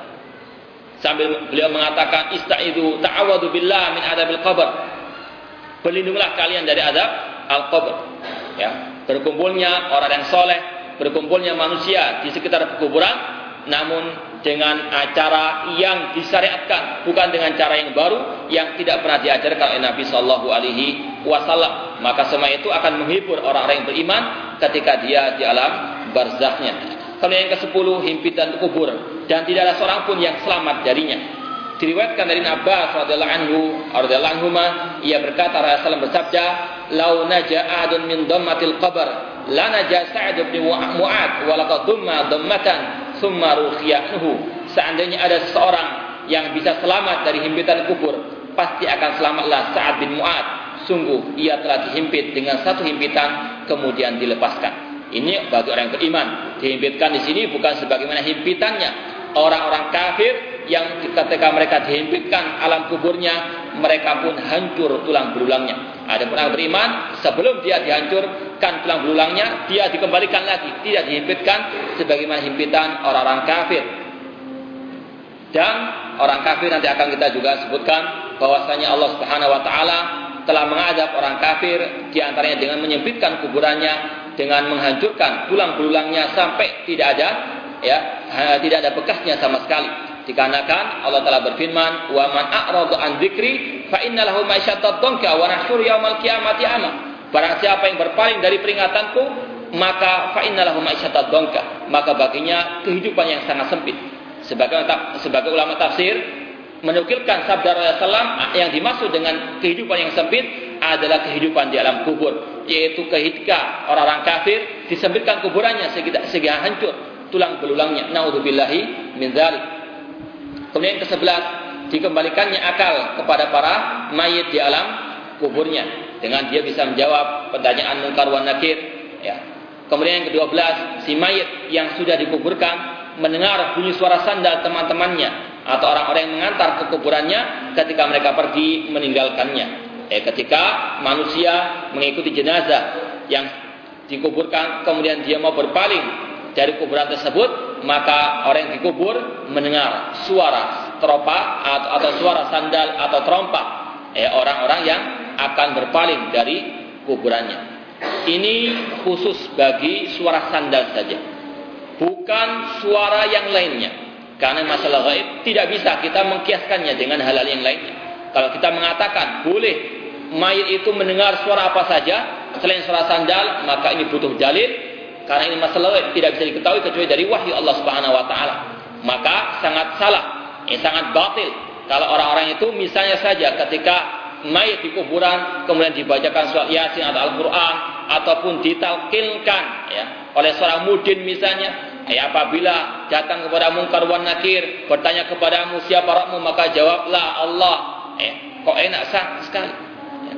Sambil beliau mengatakan, "Istaizu ta'awadu billah min adabil qabr." Berlindunglah kalian dari azab al-qabr. Ya, berkumpulnya orang yang soleh, berkumpulnya manusia di sekitar kuburan, namun dengan acara yang disyariatkan, bukan dengan cara yang baru yang tidak pernah diajarkan oleh Nabi Shallallahu Alaihi Wasallam. Maka semua itu akan menghibur orang-orang yang beriman ketika dia di alam barzakhnya. Kalau yang kesepuluh, himpitan kubur, dan tidak ada seorang pun yang selamat darinya. Diriwayatkan dari Abbas radhiyallahu anhu, radhiyallahu anhuma, ia berkata, Rasulullah sallallahu alaihi wasallam bersabda, "Lau naja adun min dhammatil qabr, la naja Sa'd bin Mu'adz, wa laqad dhamma dhammatan, tsumma ruhiyahu." Seandainya ada seseorang yang bisa selamat dari himpitan kubur, pasti akan selamatlah Sa'd bin Mu'adz. Sungguh ia telah dihimpit dengan satu himpitan, kemudian dilepaskan. Ini bagi orang yang beriman. Dihimpitkan di sini bukan sebagaimana himpitannya orang-orang kafir yang ketika mereka dihimpitkan alam kuburnya, mereka pun hancur tulang belulangnya. Ada orang beriman, sebelum dia dihancurkan tulang belulangnya, dia dikembalikan lagi, tidak dihimpitkan sebagaimana himpitan orang-orang kafir. Dan orang kafir nanti akan kita juga sebutkan bahwasanya Allah Subhanahu wa taala telah mengadab orang kafir di antaranya dengan menyempitkan kuburannya, dengan menghancurkan tulang belulangnya sampai tidak ada ya tidak ada bekasnya sama sekali. Dikarenakan Allah Taala berfirman, "Wa man a'rada an dzikri fa inna lahu ma'isyatan dhanka wa nahsyuru yaumal qiyamati a'ma." Barang siapa yang berpaling dari peringatanku, maka fa inna lahu ma'isyatan dhanka, maka baginya kehidupan yang sangat sempit. Sebagai sebagai ulama tafsir menukilkan sabda Rasulullah sallallahu alaihi wasallam yang dimaksud dengan kehidupan yang sempit adalah kehidupan di alam kubur, yaitu ketika orang-orang kafir disempitkan kuburannya sehingga hancur tulang belulangnya. Naudzubillahi min dzalik. Kemudian yang kesebelas, dikembalikannya akal kepada para mayit di alam kuburnya dengan dia bisa menjawab pertanyaan munkar wan nakir, ya. Kemudian yang kedua belas, si mayit yang sudah dikuburkan mendengar bunyi suara sandal teman-temannya atau orang-orang yang mengantar ke kuburannya ketika mereka pergi meninggalkannya. Eh, ketika manusia mengikuti jenazah yang dikuburkan, kemudian dia mau berpaling dari kuburan tersebut, maka orang yang dikubur mendengar suara teropak atau, atau suara sandal atau trompa eh, orang-orang yang akan berpaling dari kuburannya. Ini khusus bagi suara sandal saja, bukan suara yang lainnya. Karena masalah gaib tidak bisa kita mengkiaskannya dengan hal-hal yang lainnya. Kalau kita mengatakan boleh mayit itu mendengar suara apa saja selain suara sandal, maka ini butuh dalil, karena ini masalah gaib tidak bisa diketahui kecuali dari wahyu Allah Subhanahu wa taala. Maka sangat salah, eh, sangat batil kalau orang-orang itu misalnya saja ketika mayit di kuburan kemudian dibacakan surat Yasin atau Al-Qur'an ataupun ditalqinkan ya oleh seorang mudin misalnya. Eh, apabila datang kepada munkar wan nakir bertanya kepadamu siapa Rabbmu, maka jawablah Allah. Eh, kok enak sekali. Ya.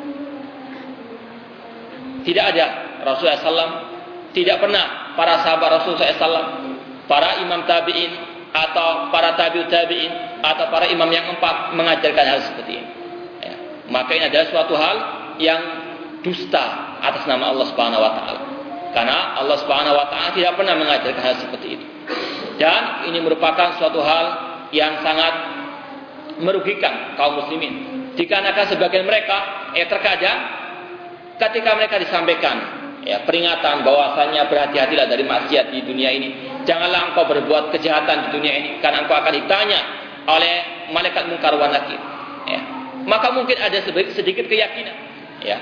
Tidak ada Rasulullah sallallahu alaihi wasallam, tidak pernah para sahabat Rasulullah sallallahu alaihi wasallam, para imam tabi'in atau para tabi'ut tabi'in atau para imam yang empat mengajarkan hal seperti ini. Ya. Maka ini adalah suatu hal yang dusta atas nama Allah Subhanahu wa taala. Karena Allah Subhanahu wa taala tidak pernah mengajarkan hal seperti itu. Dan ini merupakan suatu hal yang sangat merugikan kaum muslimin. Dikarenakan sebagian mereka eh terkadang ketika mereka disampaikan ya peringatan bahwasanya berhati-hatilah dari maksiat di dunia ini. Janganlah engkau berbuat kejahatan di dunia ini karena engkau akan ditanya oleh malaikat munkar wan nakir. ya, maka mungkin ada sedikit keyakinan, ya,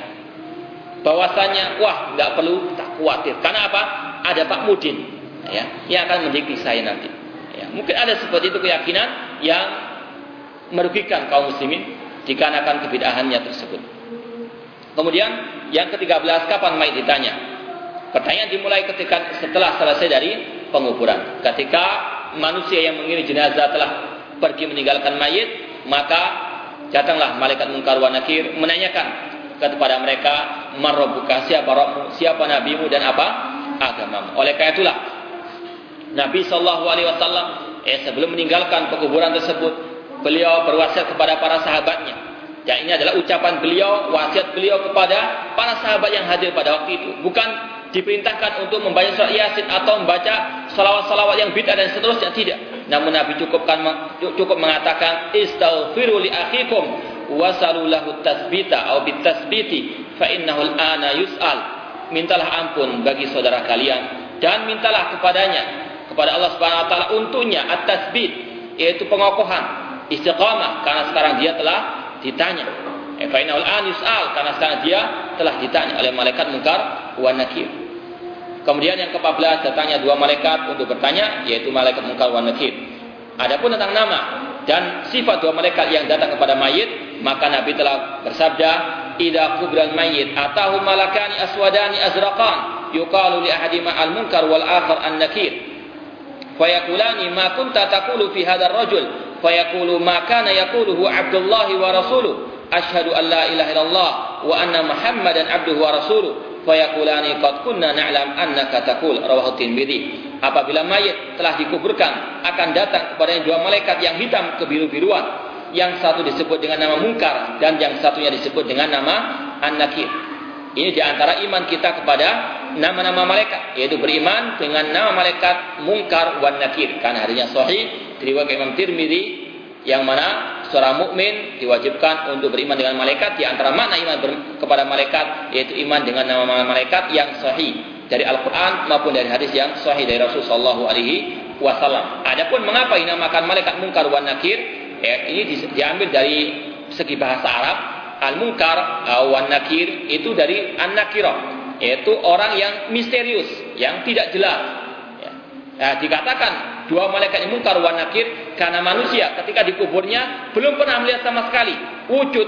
bahwasanya wah nggak perlu tak khawatir. Karena apa? Ada Pak Mudin, ya, yang akan mendidik saya nanti. Ya, mungkin ada seperti itu keyakinan yang merugikan kaum muslimin dikarenakan kebid'ahannya tersebut. Kemudian yang ketiga belas, kapan mayit ditanya? Pertanyaan dimulai ketika setelah selesai dari penguburan. Ketika manusia yang mengiring jenazah telah pergi meninggalkan mayit, maka datanglah malaikat munkar wa nakir menanyakan kepada mereka, man rabbuka, siapa Rabbmu, siapa nabimu, dan apa agamamu. Oleh karena itulah Nabi sallallahu alaihi wasallam eh, sebelum meninggalkan penguburan tersebut, beliau berwasiat kepada para sahabatnya. Dan ini adalah ucapan beliau, wasiat beliau kepada para sahabat yang hadir pada waktu itu. Bukan diperintahkan untuk membaca surat Yasin atau membaca salawat-salawat yang bid'ah dan seterusnya, tidak. Namun Nabi cukupkan cukup mengatakan istaghfiru li akhikum wasalu lahu tasbita atau bitasbiti fa innahu al-ana yus'al. Mintalah ampun bagi saudara kalian dan mintalah kepadanya, kepada Allah Subhanahu wa taala untuknya at-tasbit, yaitu pengokohan, istiqamah, karena sekarang dia telah ditanya. Fa innahu al-ana yus'al, karena sekarang dia telah ditanya oleh malaikat munkar wa nakir. Kemudian yang ke-empat belas, datangnya dua malaikat untuk bertanya, yaitu malaikat munkar wa nakir. Adapun tentang nama dan sifat dua malaikat yang datang kepada mayit, maka Nabi telah bersabda, idza qubral mayyit atahu malakani aswadani azraqan yuqalu li ahadima al-munkar wal akhar an-nakir fayaqulani ma kunta taqulu fi hadzal rajul fayaqulu ma kana yaquluhu Abdullah wa rasuluhu asyhadu an la ilaha illallah wa anna Muhammadan abduhu wa rasuluhu fayaqulani qad kunna na'lam annaka taqul, rawahu Tirmidzi. Apabila mayit telah dikuburkan, akan datang kepadanya dua malaikat yang hitam kebiru-biruan, yang satu disebut dengan nama munkar dan yang satunya disebut dengan nama an-nakir. Ini diantara iman kita kepada nama-nama malaikat, yaitu beriman dengan nama malaikat munkar wan nakir. Karena hadisnya sahih diriwayatkan Imam Tirmidzi, yang mana seorang mukmin diwajibkan untuk beriman dengan malaikat. Di antara makna iman kepada malaikat yaitu iman dengan nama malaikat yang sahih dari Al-Quran maupun dari hadis yang sahih dari Rasulullah sallallahu alaihi wasallam. Adapun mengapa dinamakan malaikat munkar wan nakir, ya, ini diambil dari segi bahasa Arab. Al-munkar wan nakir itu dari an-nakirah, yaitu orang yang misterius, yang tidak jelas. Ya. Nah, dikatakan dua malaikat yang munkar wan nakir karena manusia ketika dikuburnya belum pernah melihat sama sekali wujud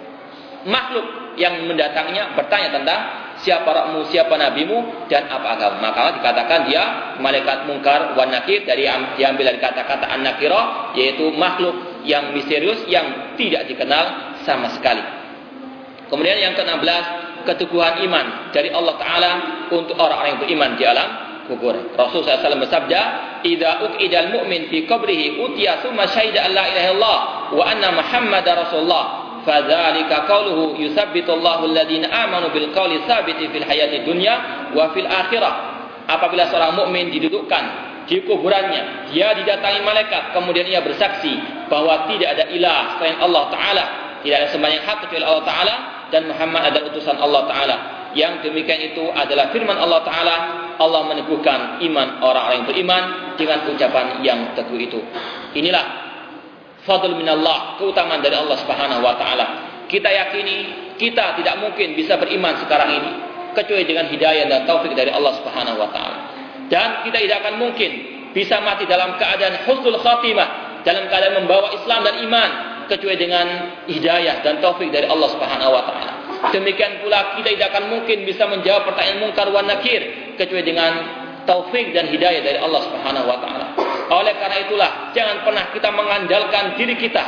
makhluk yang mendatanginya bertanya tentang siapa Rabbmu, siapa nabimu, dan apa agama. Maka dikatakan dia malaikat munkar wan nakir, dari diambil dari kata-kata an-nakirah, yaitu makhluk yang misterius yang tidak dikenal sama sekali. Kemudian yang ke-enam belas, keteguhan iman dari Allah Ta'ala untuk orang-orang yang beriman di alam kubur. Rasul sallallahu alaihi wasallam bersabda, idza uqidal mu'min fi qabrihi utiya summa syahida an la ilaha illallah wa anna muhammadar rasulullah fadzalika qauluhu yusabbitu Allahu alladziina aamanu bil qawli tsabiti fil hayati dunya wa fil akhirah. Apabila seorang mukmin didudukkan di kuburannya, dia didatangi malaikat, kemudian ia bersaksi bahwa tidak ada ilah selain Allah Ta'ala, tidak ada sembahyang hak kecuali Allah Ta'ala, dan Muhammad adalah utusan Allah Ta'ala. Yang demikian itu adalah firman Allah Ta'ala. Allah meneguhkan iman orang-orang yang beriman dengan ucapan yang teguh itu. Inilah fadl minallah, keutamaan dari Allah Subhanahu wa Ta'ala. Kita yakini kita tidak mungkin bisa beriman sekarang ini kecuali dengan hidayah dan taufik dari Allah Subhanahu wa Ta'ala. Dan kita tidak akan mungkin bisa mati dalam keadaan husnul khatimah, dalam keadaan membawa Islam dan iman, kecuali dengan hidayah dan taufik dari Allah Subhanahu wa Ta'ala. Demikian pula kita tidak akan mungkin bisa menjawab pertanyaan munkar wan nakir kecuali dengan taufik dan hidayah dari Allah Subhanahu wa Ta'ala. Oleh karena itulah, jangan pernah kita mengandalkan diri kita.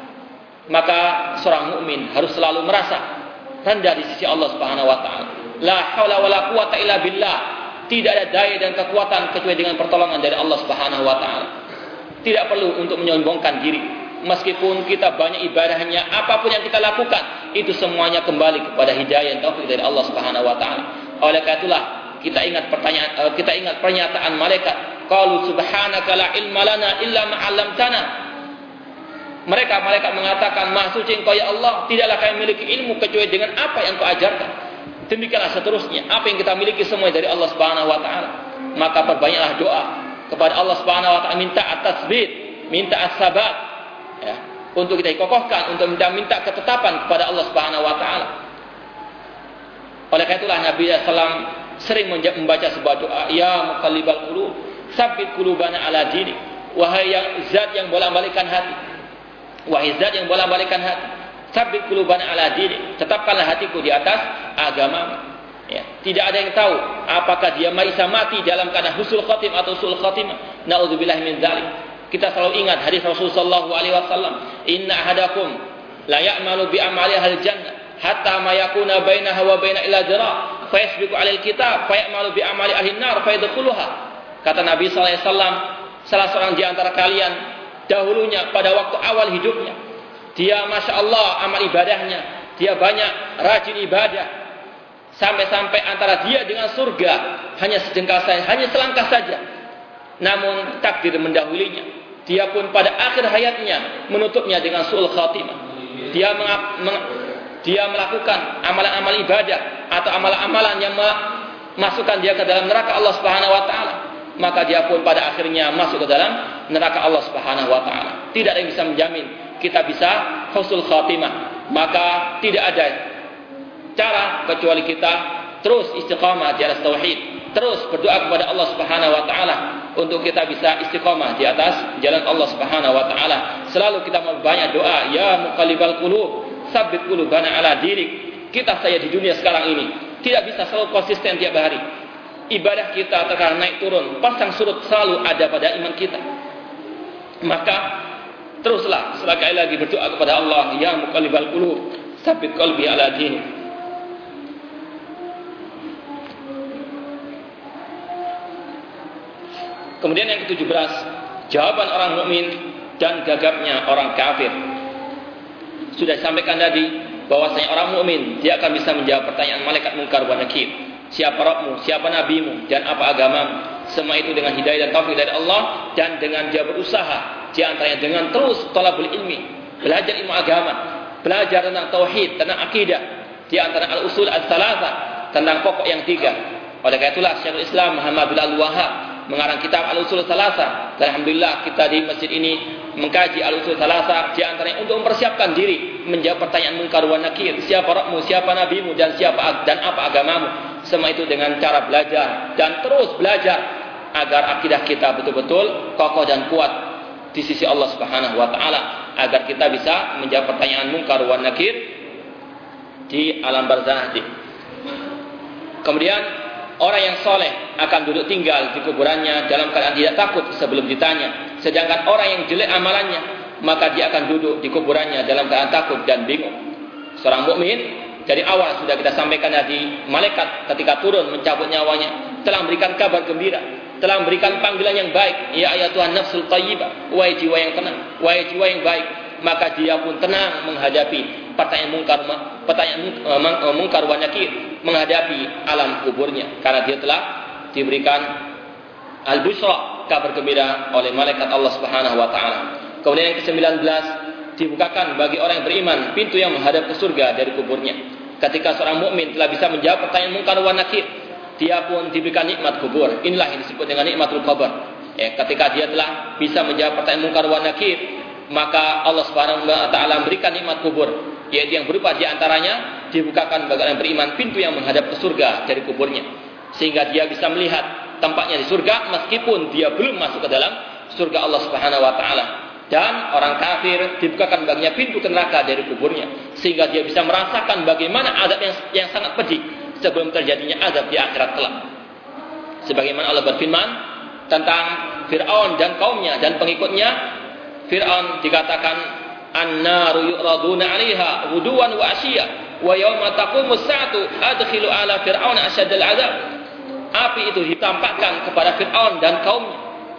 Maka seorang mukmin harus selalu merasa rendah di sisi Allah Subhanahu wa Ta'ala. La haula wala quwata illa billah. Tidak ada daya dan kekuatan kecuali dengan pertolongan dari Allah Subhanahu wa Ta'ala. Tidak perlu untuk menyombongkan diri. Meskipun kita banyak ibadahnya, apapun yang kita lakukan, itu semuanya kembali kepada hidayah dan taufik dari Allah Subhanahu wa Ta'ala. Oleh karena itulah, kita ingat pertanyaan, kita ingat pernyataan malaikat, qalu subhanaka la ilma lana illa ma 'allamtana. Mereka malaikat mengatakan, maha suci Engkau ya Allah, tidaklah kami memiliki ilmu kecuali dengan apa yang Engkau ajarkan. Demikianlah seterusnya, apa yang kita miliki semua dari Allah Subhanahu wa Ta'ala. Maka perbanyaklah doa kepada Allah Subhanahu wa Ta'ala, minta at-tasbit, minta as-sabat. Ya. untuk kita kokohkan, untuk minta-minta ketetapan kepada Allah Subhanahu wa taala. Oleh karena itulah Nabi sallallahu alaihi wasallam sering membaca sebuah doa, ya muqallibal qulub, tsabbit qulubana ala dinik. Wahai yang zat yang bolak-balikkan hati, wahai zat yang bolak-balikkan hati, tsabbit qulubana ala dinik, tetapkanlah hatiku di atas agamamu. Ya, tidak ada yang tahu apakah dia bisa mati dalam keadaan husnul khatim atau su'ul khatimah. Nauzubillah min dzalik. Kita selalu ingat hadis Rasulullah sallallahu alaihi wasallam, inna ahadakum la ya'malu bi amali ahli jannah hatta ma yakuna bainaha wa baina ila dira fa yasbiqu 'alal kitab fa ya'malu bi amali ahli nar fa yadkhuluha. Kata Nabi sallallahu alaihi wasallam, salah seorang di antara kalian dahulunya pada waktu awal hidupnya, dia masya Allah amal ibadahnya, dia banyak rajin ibadah, sampai-sampai antara dia dengan surga hanya sejengkal saja, hanya selangkah saja. Namun takdir mendahulinya. Dia pun pada akhir hayatnya menutupnya dengan su'ul khatimah. Dia mengap, meng, dia melakukan amalan-amal ibadah atau amalan-amalan yang memasukkan dia ke dalam neraka Allah Subhanahu wa taala. Maka dia pun pada akhirnya masuk ke dalam neraka Allah Subhanahu wa taala. Tidak ada yang bisa menjamin kita bisa husnul khatimah. Maka tidak ada cara kecuali kita terus istiqamah di atas tauhid, terus berdoa kepada Allah Subhanahu wa taala untuk kita bisa istiqamah di atas jalan Allah Subhanahu wa taala. Selalu kita memperbanyak doa, ya muqallibal qulub, tsabbit qulubana ala dinik. Kita saya di dunia sekarang ini tidak bisa selalu konsisten tiap hari. Ibadah kita terkadang naik turun, pasang surut selalu ada pada iman kita. Maka teruslah sekali lagi berdoa kepada Allah, ya muqallibal qulub, tsabbit qalbi ala dinik. Kemudian yang ketujuh belas, jawaban orang mukmin dan gagapnya orang kafir. Sudah disampaikan tadi bahwasanya orang mukmin dia akan bisa menjawab pertanyaan malaikat munkar wa nakir. Siapa Rabbmu, siapa nabimu, dan apa agamamu? Semua itu dengan hidayah dan taufik dari Allah dan dengan dia berusaha, di antaranya dengan terus talabul ilmi, belajar ilmu agama, belajar tentang tauhid, tentang akidah, di antara al-usul al-tsalatsa, tentang pokok yang tiga. Oleh karena itulah Syekhul Islam Muhammad bin Abdul Wahhab mengarang kitab Al-Usul Tsalatsa. Alhamdulillah kita di masjid ini mengkaji Al-Usul Tsalatsa, di antaranya untuk mempersiapkan diri menjawab pertanyaan munkar wa nakir, siapa Rabbmu, siapa nabimu, dan siapa dan apa agamamu. Semua itu dengan cara belajar dan terus belajar agar akidah kita betul-betul kokoh dan kuat di sisi Allah Subhanahu wa taala, agar kita bisa menjawab pertanyaan munkar wa nakir di alam barzakh nanti. Kemudian orang yang soleh akan duduk tinggal di kuburannya dalam keadaan tidak takut sebelum ditanya. Sedangkan orang yang jelek amalannya, maka dia akan duduk di kuburannya dalam keadaan takut dan bingung. Seorang mukmin dari awal sudah kita sampaikan tadi, malaikat ketika turun mencabut nyawanya telah memberikan kabar gembira, telah memberikan panggilan yang baik, ya ayatuhan nafsul thayyibah, wahai jiwa yang tenang, wahai jiwa yang baik. Maka dia pun tenang menghadapi pertanyaan mungkar, pertanyaan mungkar wa nakir, menghadapi alam kuburnya, karena dia telah diberikan al-busra, kabar gembira oleh malaikat Allah Subhanahu wa taala. Kemudian yang ke sembilan belas, dibukakan bagi orang yang beriman pintu yang menghadap ke surga dari kuburnya. Ketika seorang mukmin telah bisa menjawab pertanyaan mungkar wa nakir, dia pun diberikan nikmat kubur. Inilah yang disebut dengan nikmatul qabr. Ya, ketika dia telah bisa menjawab pertanyaan mungkar wa nakir, maka Allah Subhanahu wa taala memberikan nikmat kubur, yaitu yang berupa di antaranya dibukakan bagi orang yang beriman pintu yang menghadap ke surga dari kuburnya, sehingga dia bisa melihat tempatnya di surga meskipun dia belum masuk ke dalam surga Allah Subhanahu wa taala. Dan orang kafir dibukakan baginya pintu ke neraka dari kuburnya, sehingga dia bisa merasakan bagaimana azab yang, yang sangat pedih sebelum terjadinya azab di akhirat kelak. Sebagaimana Allah berfirman tentang Fir'aun dan kaumnya dan pengikutnya. Fir'aun dikatakan an-naru yu'raduna 'alaiha ghuduwan wa 'ashiyya wa yawma taqumus sa'atu adkhilu 'ala fir'auna asyaddal 'adzab. Api itu ditampakkan kepada Fir'aun dan kaumnya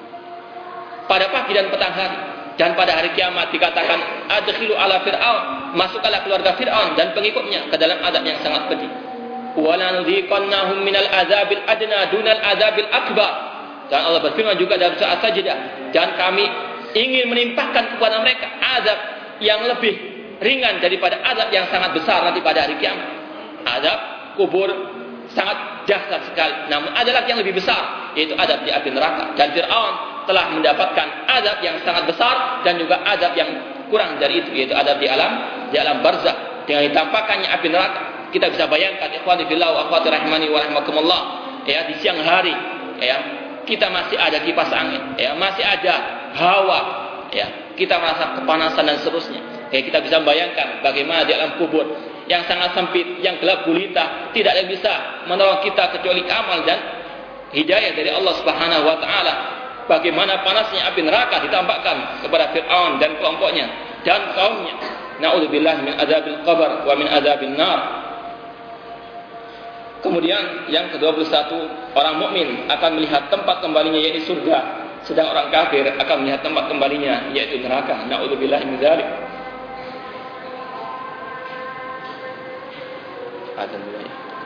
pada pagi dan petang hari, dan pada hari kiamat dikatakan adkhilu 'ala fir'aun, masukkanlah keluarga Fir'aun dan pengikutnya ke dalam azab yang sangat pedih. Wa lanudhiqannahum minal 'adzabil adna dunal 'adzabil akbar. Dan Allah berfirman juga dalam surah As-Sajdah, dan kami ingin menimpahkan kepada mereka azab yang lebih ringan daripada azab yang sangat besar nanti pada hari kiamat. Azab kubur sangat dahsyat sekali, namun ada lagi yang lebih besar, yaitu azab di api neraka. Dan Fir'aun telah mendapatkan azab yang sangat besar dan juga azab yang kurang dari itu, yaitu adab di alam di alam barzakh dengan ditampakkannya api neraka. Kita bisa bayangkan, ikhwani fillah wa akhwati rahimani wa rahimakumullah, ya, di siang hari, ya, kita masih ada kipas angin, ya, masih ada hawa, ya, kita merasa kepanasan dan seterusnya. Ya, kita bisa bayangkan bagaimana di alam kubur yang sangat sempit, yang gelap gulita, tidak ada yang bisa menolong kita kecuali amal dan hidayah dari Allah Subhanahu wa taala. Bagaimana panasnya api neraka ditampakkan kepada Fir'aun dan kelompoknya dan kaumnya. Na'udzubillah min adzabil qabr wa min adzabin nar. Kemudian yang kedua puluh satu, orang mukmin akan melihat tempat kembalinya yaitu surga, sedang orang kafir akan melihat tempat kembalinya yaitu neraka. Na'udzubillah min dzalik. Ada mulai.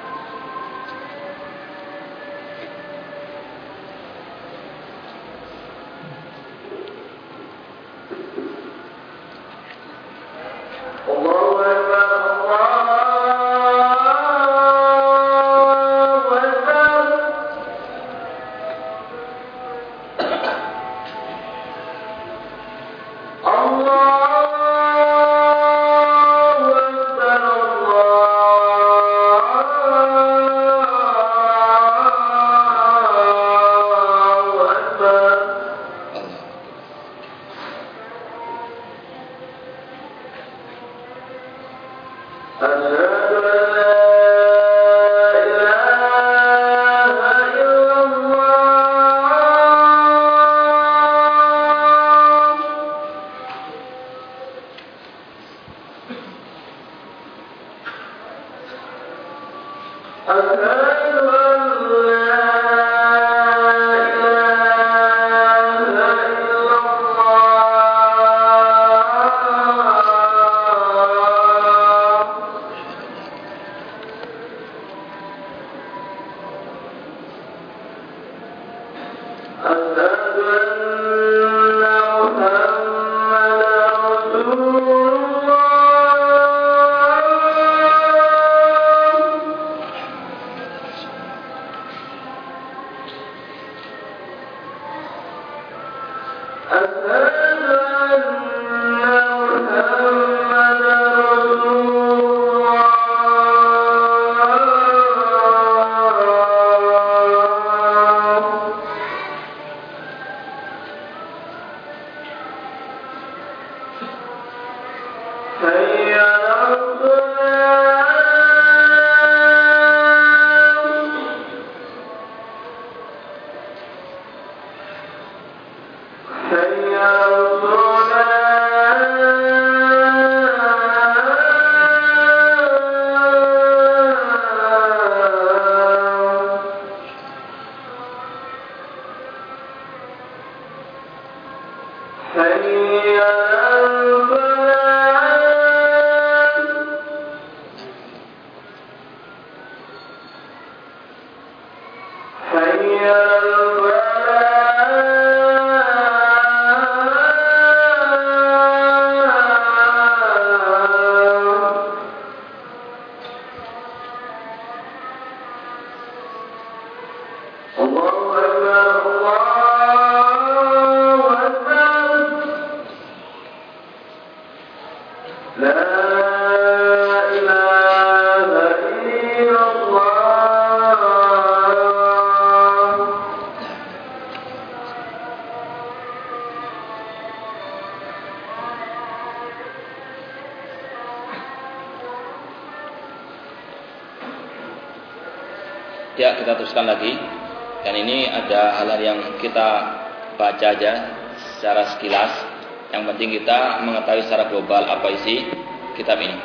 Ya, kita teruskan lagi. Dan ini ada hal-hal yang kita baca aja secara sekilas. Yang penting kita mengetahui secara global apa isi kitab ini.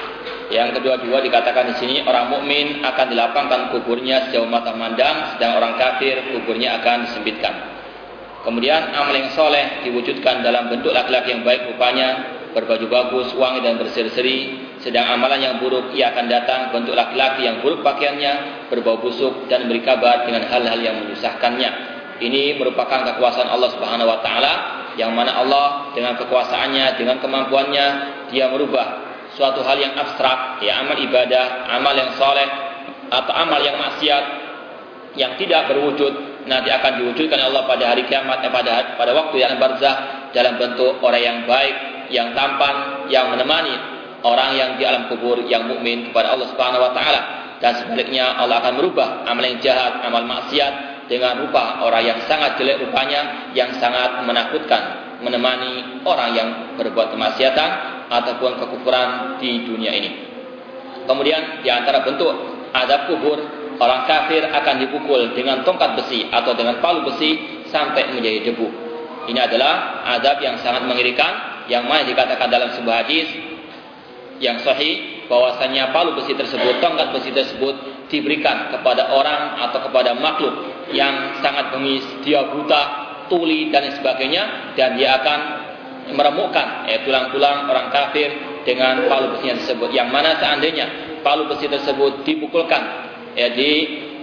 Yang kedua-dua dikatakan di sini, orang mukmin akan dilapangkan kuburnya sejauh mata memandang, sedang orang kafir kuburnya akan disempitkan. Kemudian amal yang soleh diwujudkan dalam bentuk laki-laki yang baik rupanya, berbaju bagus, wangi dan berseri-seri. Sedang amalan yang buruk ia akan datang bentuk laki-laki yang buruk pakaiannya, berbau busuk dan beri kabar dengan hal-hal yang menyusahkannya. Ini merupakan kekuasaan Allah Subhanahu wa taala, yang mana Allah dengan kekuasaannya, dengan kemampuannya, dia merubah suatu hal yang abstrak, ya amal ibadah, amal yang saleh atau amal yang maksiat yang tidak berwujud, nanti akan diwujudkan Allah pada hari kiamat, eh, pada pada waktu yang barzakh dalam bentuk orang yang baik, yang tampan yang menemani orang yang di alam kubur yang mukmin kepada Allah Subhanahu wa taala, dan sebaliknya Allah akan merubah amal yang jahat, amal maksiat dengan rupa orang yang sangat jelek rupanya, yang sangat menakutkan menemani orang yang berbuat kemaksiatan ataupun kekufuran di dunia ini. Kemudian di antara bentuk azab kubur, orang kafir akan dipukul dengan tongkat besi atau dengan palu besi sampai menjadi debu. Ini adalah azab yang sangat mengerikan, yang mana dikatakan dalam sebuah hadis yang sahih bahwasanya palu besi tersebut, tongkat besi tersebut diberikan kepada orang atau kepada makhluk yang sangat bengis, dia buta, tuli dan sebagainya, dan dia akan meremukkan eh, tulang-tulang orang kafir dengan palu besinya tersebut. Yang mana seandainya palu besi tersebut dipukulkan eh, di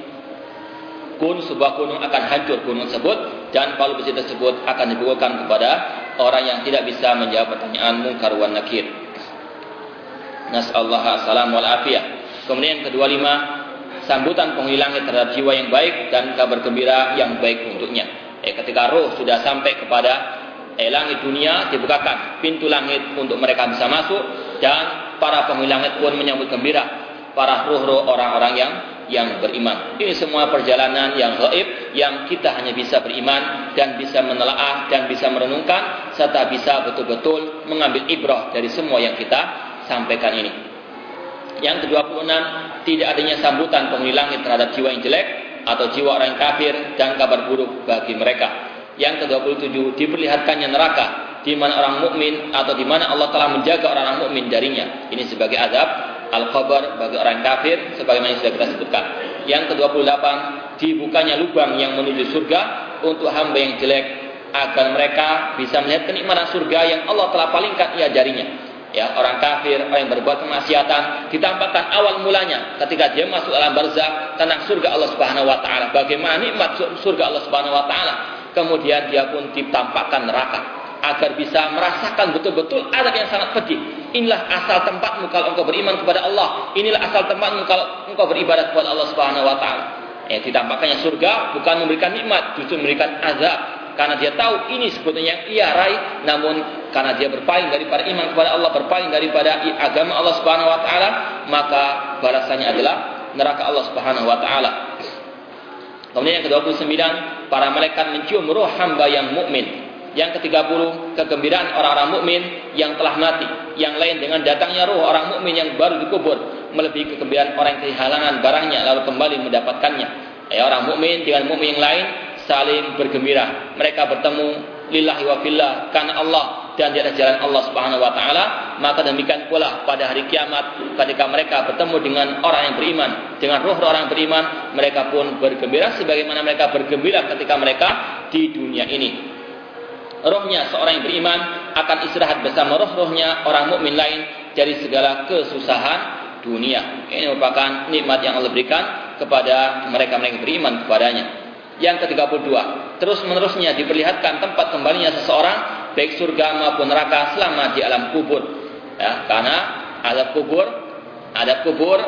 gunung, sebuah gunung akan hancur gunung tersebut, dan palu besi tersebut akan dipukulkan kepada orang yang tidak bisa menjawab pertanyaan munkar wan nakir. Nas'allahu as-salam wal afiyah. Kemudian yang kedua lima, sambutan penghuni langit terhadap jiwa yang baik dan kabar gembira yang baik untuknya. Eh, ketika roh sudah sampai kepada eh, langit dunia, dibukakan pintu langit untuk mereka bisa masuk, dan para penghuni langit pun menyambut gembira para roh-roh orang-orang yang yang beriman. Ini semua perjalanan yang gaib yang kita hanya bisa beriman dan bisa menelaah dan bisa merenungkan serta bisa betul-betul mengambil ibrah dari semua yang kita sampaikan ini. Yang kedua puluh enam, tidak adanya sambutan penghuni langit terhadap jiwa yang jelek atau jiwa orang yang kafir dan kabar buruk bagi mereka. Yang kedua puluh tujuh, diperlihatkannya neraka di mana orang mukmin atau di mana Allah telah menjaga orang-orang mukmin darinya. Ini sebagai azab al-qabr bagi orang kafir sebagaimana yang sudah kita sebutkan. Yang kedua puluh delapan, dibukanya lubang yang menuju surga untuk hamba yang jelek agar mereka bisa melihat kenikmatan surga yang Allah telah palingkan ia darinya. Ya, orang kafir, orang yang berbuat kemaksiatan ditampakkan awal mulanya ketika dia masuk alam barzakh tentang surga Allah Subhanahu wa taala, bagaimana nikmat surga Allah Subhanahu wa taala. Kemudian dia pun ditampakkan neraka agar bisa merasakan betul-betul azab yang sangat pedih. Inilah asal tempatmu kalau engkau beriman kepada Allah. Inilah asal tempatmu kalau engkau beribadat kepada Allah Subhanahu wa taala. Eh, ditampakkannya surga bukan memberikan nikmat, justru memberikan azab. Karena dia tahu ini sebetulnya yang ia raih, namun karena dia berpaling daripada iman kepada Allah, berpaling daripada agama Allah Subhanahu wa taala, maka balasannya adalah neraka Allah Subhanahu wa taala. Kemudian yang ke dua puluh sembilan, para malaikat mencium roh hamba yang mukmin. Yang ke tiga puluh, kegembiraan orang-orang mukmin yang telah mati. Yang lain dengan datangnya roh orang mukmin yang baru dikubur, melebihi kegembiraan orang yang kehilangan barangnya lalu kembali mendapatkannya. Ya, orang mukmin dengan mukmin yang lain saling bergembira. Mereka bertemu lillahi wa fillah, karena Allah dan di atas jalan Allah Subhanahu wa taala. Maka demikian pula pada hari kiamat ketika mereka bertemu dengan orang yang beriman, dengan roh orang yang beriman, mereka pun bergembira sebagaimana mereka bergembira ketika mereka di dunia ini. Rohnya seorang yang beriman akan istirahat bersama roh-rohnya orang mukmin lain dari segala kesusahan dunia. Ini merupakan nikmat yang Allah berikan kepada mereka-mereka yang beriman kepadanya. Yang ke tiga puluh dua, terus-menerusnya diperlihatkan tempat kembalinya seseorang baik surga maupun neraka selama di alam kubur. Ya, karena azab kubur, azab kubur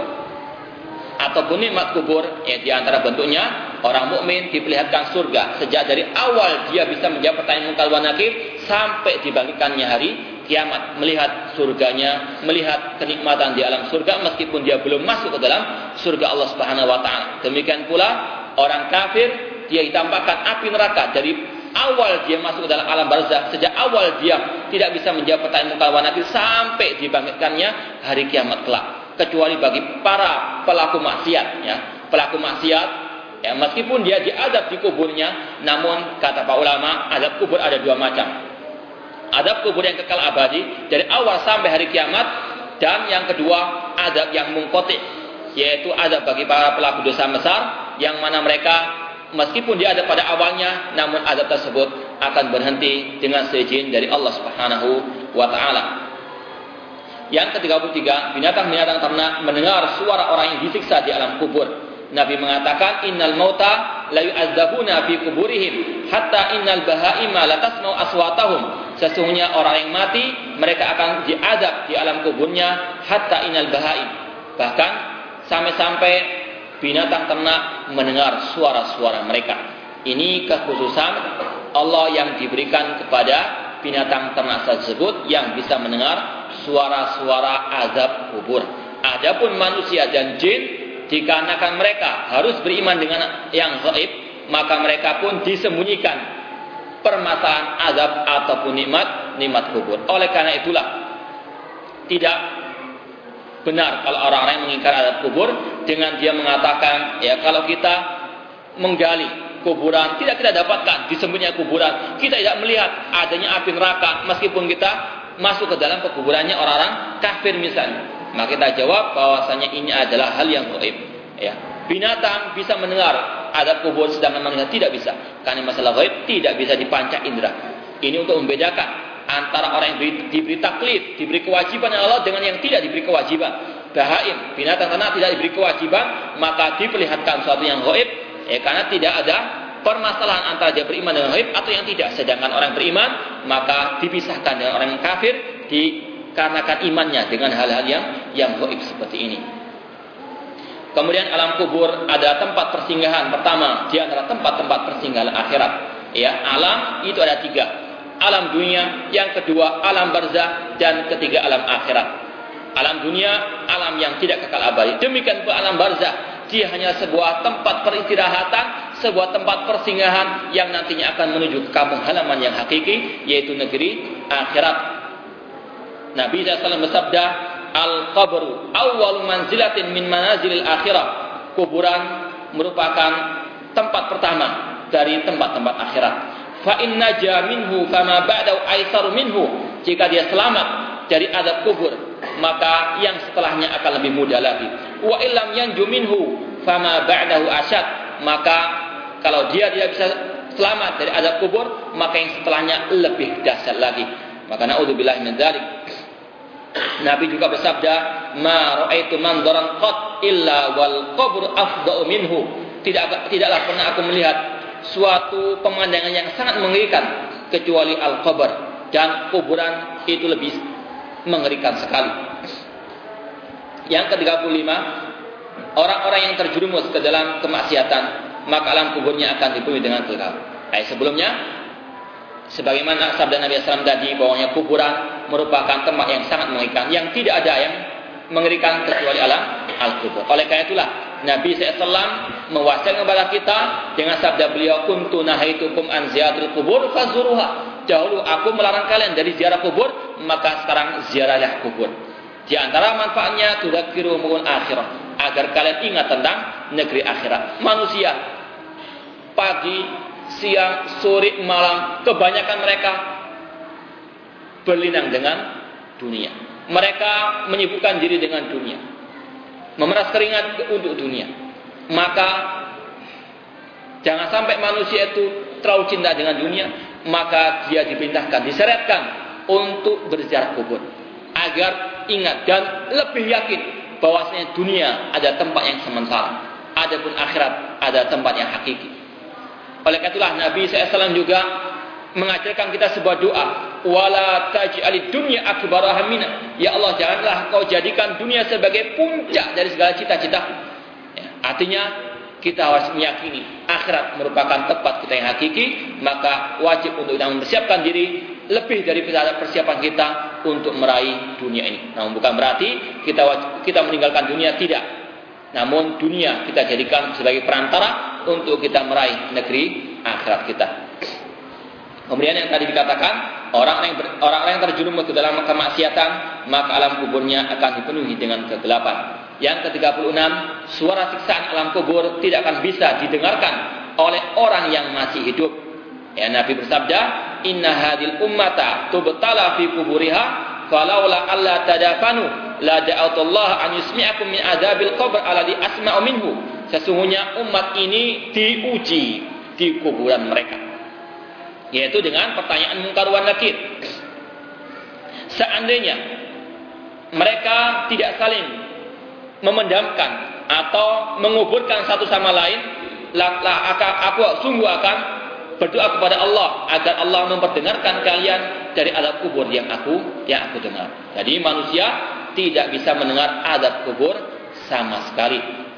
ataupun nikmat kubur, ya, di antara bentuknya orang mukmin diperlihatkan surga sejak dari awal dia bisa menjawab pertanyaan munkar wan nakir sampai dibangkitkannya hari kiamat, melihat surganya, melihat kenikmatan di alam surga meskipun dia belum masuk ke dalam surga Allah Subhanahu wa taala. Demikian pula orang kafir, dia ditampakkan api neraka dari awal dia masuk ke dalam alam barzakh, sejak awal dia tidak bisa menjawab pertanyaan munkar wan nakir sampai dibangkitkannya hari kiamat kelak. Kecuali bagi para pelaku maksiat, ya, pelaku maksiat, ya, meskipun dia diadab di kuburnya, namun kata para ulama, adab kubur ada dua macam. Adab kubur yang kekal abadi dari awal sampai hari kiamat, dan yang kedua adab yang mungqati, yaitu adab bagi para pelaku dosa besar yang mana mereka meskipun dia ada pada awalnya, namun adab tersebut akan berhenti dengan seizin dari Allah Subhanahu wa taala. Yang ke tiga puluh tiga, binatang-binatang ternak mendengar suara orang yang disiksa di alam kubur. Nabi mengatakan, innal mauta la yu'adzabuna fi kuburihim hatta innal bahaima la tasma'u aswatahum. Sesungguhnya orang yang mati mereka akan diadab di alam kuburnya hatta innal bahaim. Bahkan sampai-sampai binatang ternak mendengar suara-suara mereka. Ini kekhususan Allah yang diberikan kepada binatang ternak tersebut yang bisa mendengar suara-suara azab kubur. Adapun manusia dan jin, dikarenakan mereka harus beriman dengan yang gaib, maka mereka pun disembunyikan permasalahan azab ataupun nikmat nikmat kubur. Oleh karena itulah tidak benar kalau orang-orang yang mengingkari azab kubur dengan dia mengatakan, ya kalau kita menggali kuburan tidak kita dapatkan disembunyikan kuburan, kita tidak melihat adanya api neraka meskipun kita masuk ke dalam kuburannya orang-orang kafir misalnya. Maka kita jawab bahwasanya ini adalah hal yang gaib. Ya, binatang bisa mendengar azab kubur sedangkan manusia tidak bisa. Karena masalah gaib tidak bisa dipanca indera. Ini untuk membedakan antara orang yang diberi taklif, diberi kewajiban oleh Allah dengan yang tidak diberi kewajiban. Bahaim, binatang ternak tidak diberi kewajiban, maka diperlihatkan sesuatu yang gaib. Ya, karena tidak ada permasalahan antara dia beriman dengan gaib atau yang tidak. Sedangkan orang beriman maka dipisahkan dengan orang yang kafir dikarenakan imannya dengan hal-hal yang yang gaib seperti ini. Kemudian alam kubur ada tempat persinggahan. Pertama, dia adalah tempat-tempat persinggahan akhirat. Ya, alam itu ada tiga. Alam dunia, yang kedua alam barzah, dan ketiga alam akhirat. Alam dunia, alam yang tidak kekal abadi. Demikian pula alam barzah. Dia hanya sebuah tempat peristirahatan, sebuah tempat persinggahan yang nantinya akan menuju ke kampung halaman yang hakiki, yaitu negeri akhirat. Nabi shallallahu alaihi wasallam bersabda, Al-qabru awwalu manzilatin min manazilil akhirah. Kuburan merupakan tempat pertama dari tempat-tempat akhirat. Fa inna ja minhu fama ba'dahu aisaru minhu. Jika dia selamat dari azab kubur, maka yang setelahnya akan lebih mudah lagi. Wa illam yanju minhu fama ba'dahu asyad. Maka kalau dia tidak bisa selamat dari azab kubur, maka yang setelahnya lebih dahsyat lagi. Maka naudzubillahi min dzalik. Nabi juga bersabda, "Ma ra'aitu manzaran qat illa wal qabr afdau minhu." Tidak tidaklah pernah aku melihat suatu pemandangan yang sangat mengerikan kecuali al-qabr, dan kuburan itu lebih mengerikan sekali. Yang ketiga puluh lima, orang-orang yang terjerumus ke dalam kemaksiatan, maka alam kuburnya akan dipenuhi dengan kekal. Eh, sebelumnya, sebagaimana sabda Nabi shallallahu alaihi wasallam tadi, bahwanya kuburan merupakan tempat yang sangat mengerikan, yang tidak ada yang mengerikan kecuali alam al-kubur. Oleh karena itulah Nabi shallallahu alaihi wasallam mewasiatkan kepada kita dengan sabda beliau, "Kuntu nahaitukum an ziyaratil kubur fazuruha." Dahulu aku melarang kalian dari ziarah kubur, maka sekarang ziarahlah kubur. Di antara manfaatnya tudzakiru umul akhirah, agar kalian ingat tentang negeri akhirat. Manusia pagi, siang, sore, malam, kebanyakan mereka berlinang dengan dunia. Mereka menyibukkan diri dengan dunia, memeras keringat untuk dunia. Maka jangan sampai manusia itu terlalu cinta dengan dunia, maka dia diperintahkan, disyaratkan untuk berziarah kubur, agar ingat dan lebih yakin bahwasanya dunia ada tempat yang sementara, adapun akhirat ada tempat yang hakiki. Oleh karena itulah Nabi shallallahu alaihi wasallam juga mengajarkan kita sebuah doa, wala taj'alid dunya akbara hammina. Ya Allah, janganlah kau jadikan dunia sebagai puncak dari segala cita-cita. Ya, artinya kita harus meyakini akhirat merupakan tempat kita yang hakiki, maka wajib untuk kita mempersiapkan diri lebih dari persiapan kita untuk meraih dunia ini. Namun bukan berarti kita kita meninggalkan dunia, tidak. Namun dunia kita jadikan sebagai perantara untuk kita meraih negeri akhirat kita. Kemudian yang tadi dikatakan, orang-orang yang, ber, orang-orang yang terjerumus ke dalam kemaksiatan, maka alam kuburnya akan dipenuhi dengan kegelapan. Yang ke tiga puluh enam, suara siksaan alam kubur tidak akan bisa didengarkan oleh orang yang masih hidup. Ya, Nabi bersabda, "Inna hadil ummata tubtala fi kuburiha, falaula alla tadafanu la da'atullah an yusmi'akum min adabil qabr alladhi asma'u minhu." Sesungguhnya umat ini diuji di kuburan mereka, yaitu dengan pertanyaan munkar wan nakir. Seandainya mereka tidak saling memendamkan atau menguburkan satu sama lain, aku sungguh akan berdoa kepada Allah agar Allah memperdengarkan kalian dari azab kubur yang aku yang aku dengar. Jadi manusia tidak bisa mendengar azab kubur sama sekali.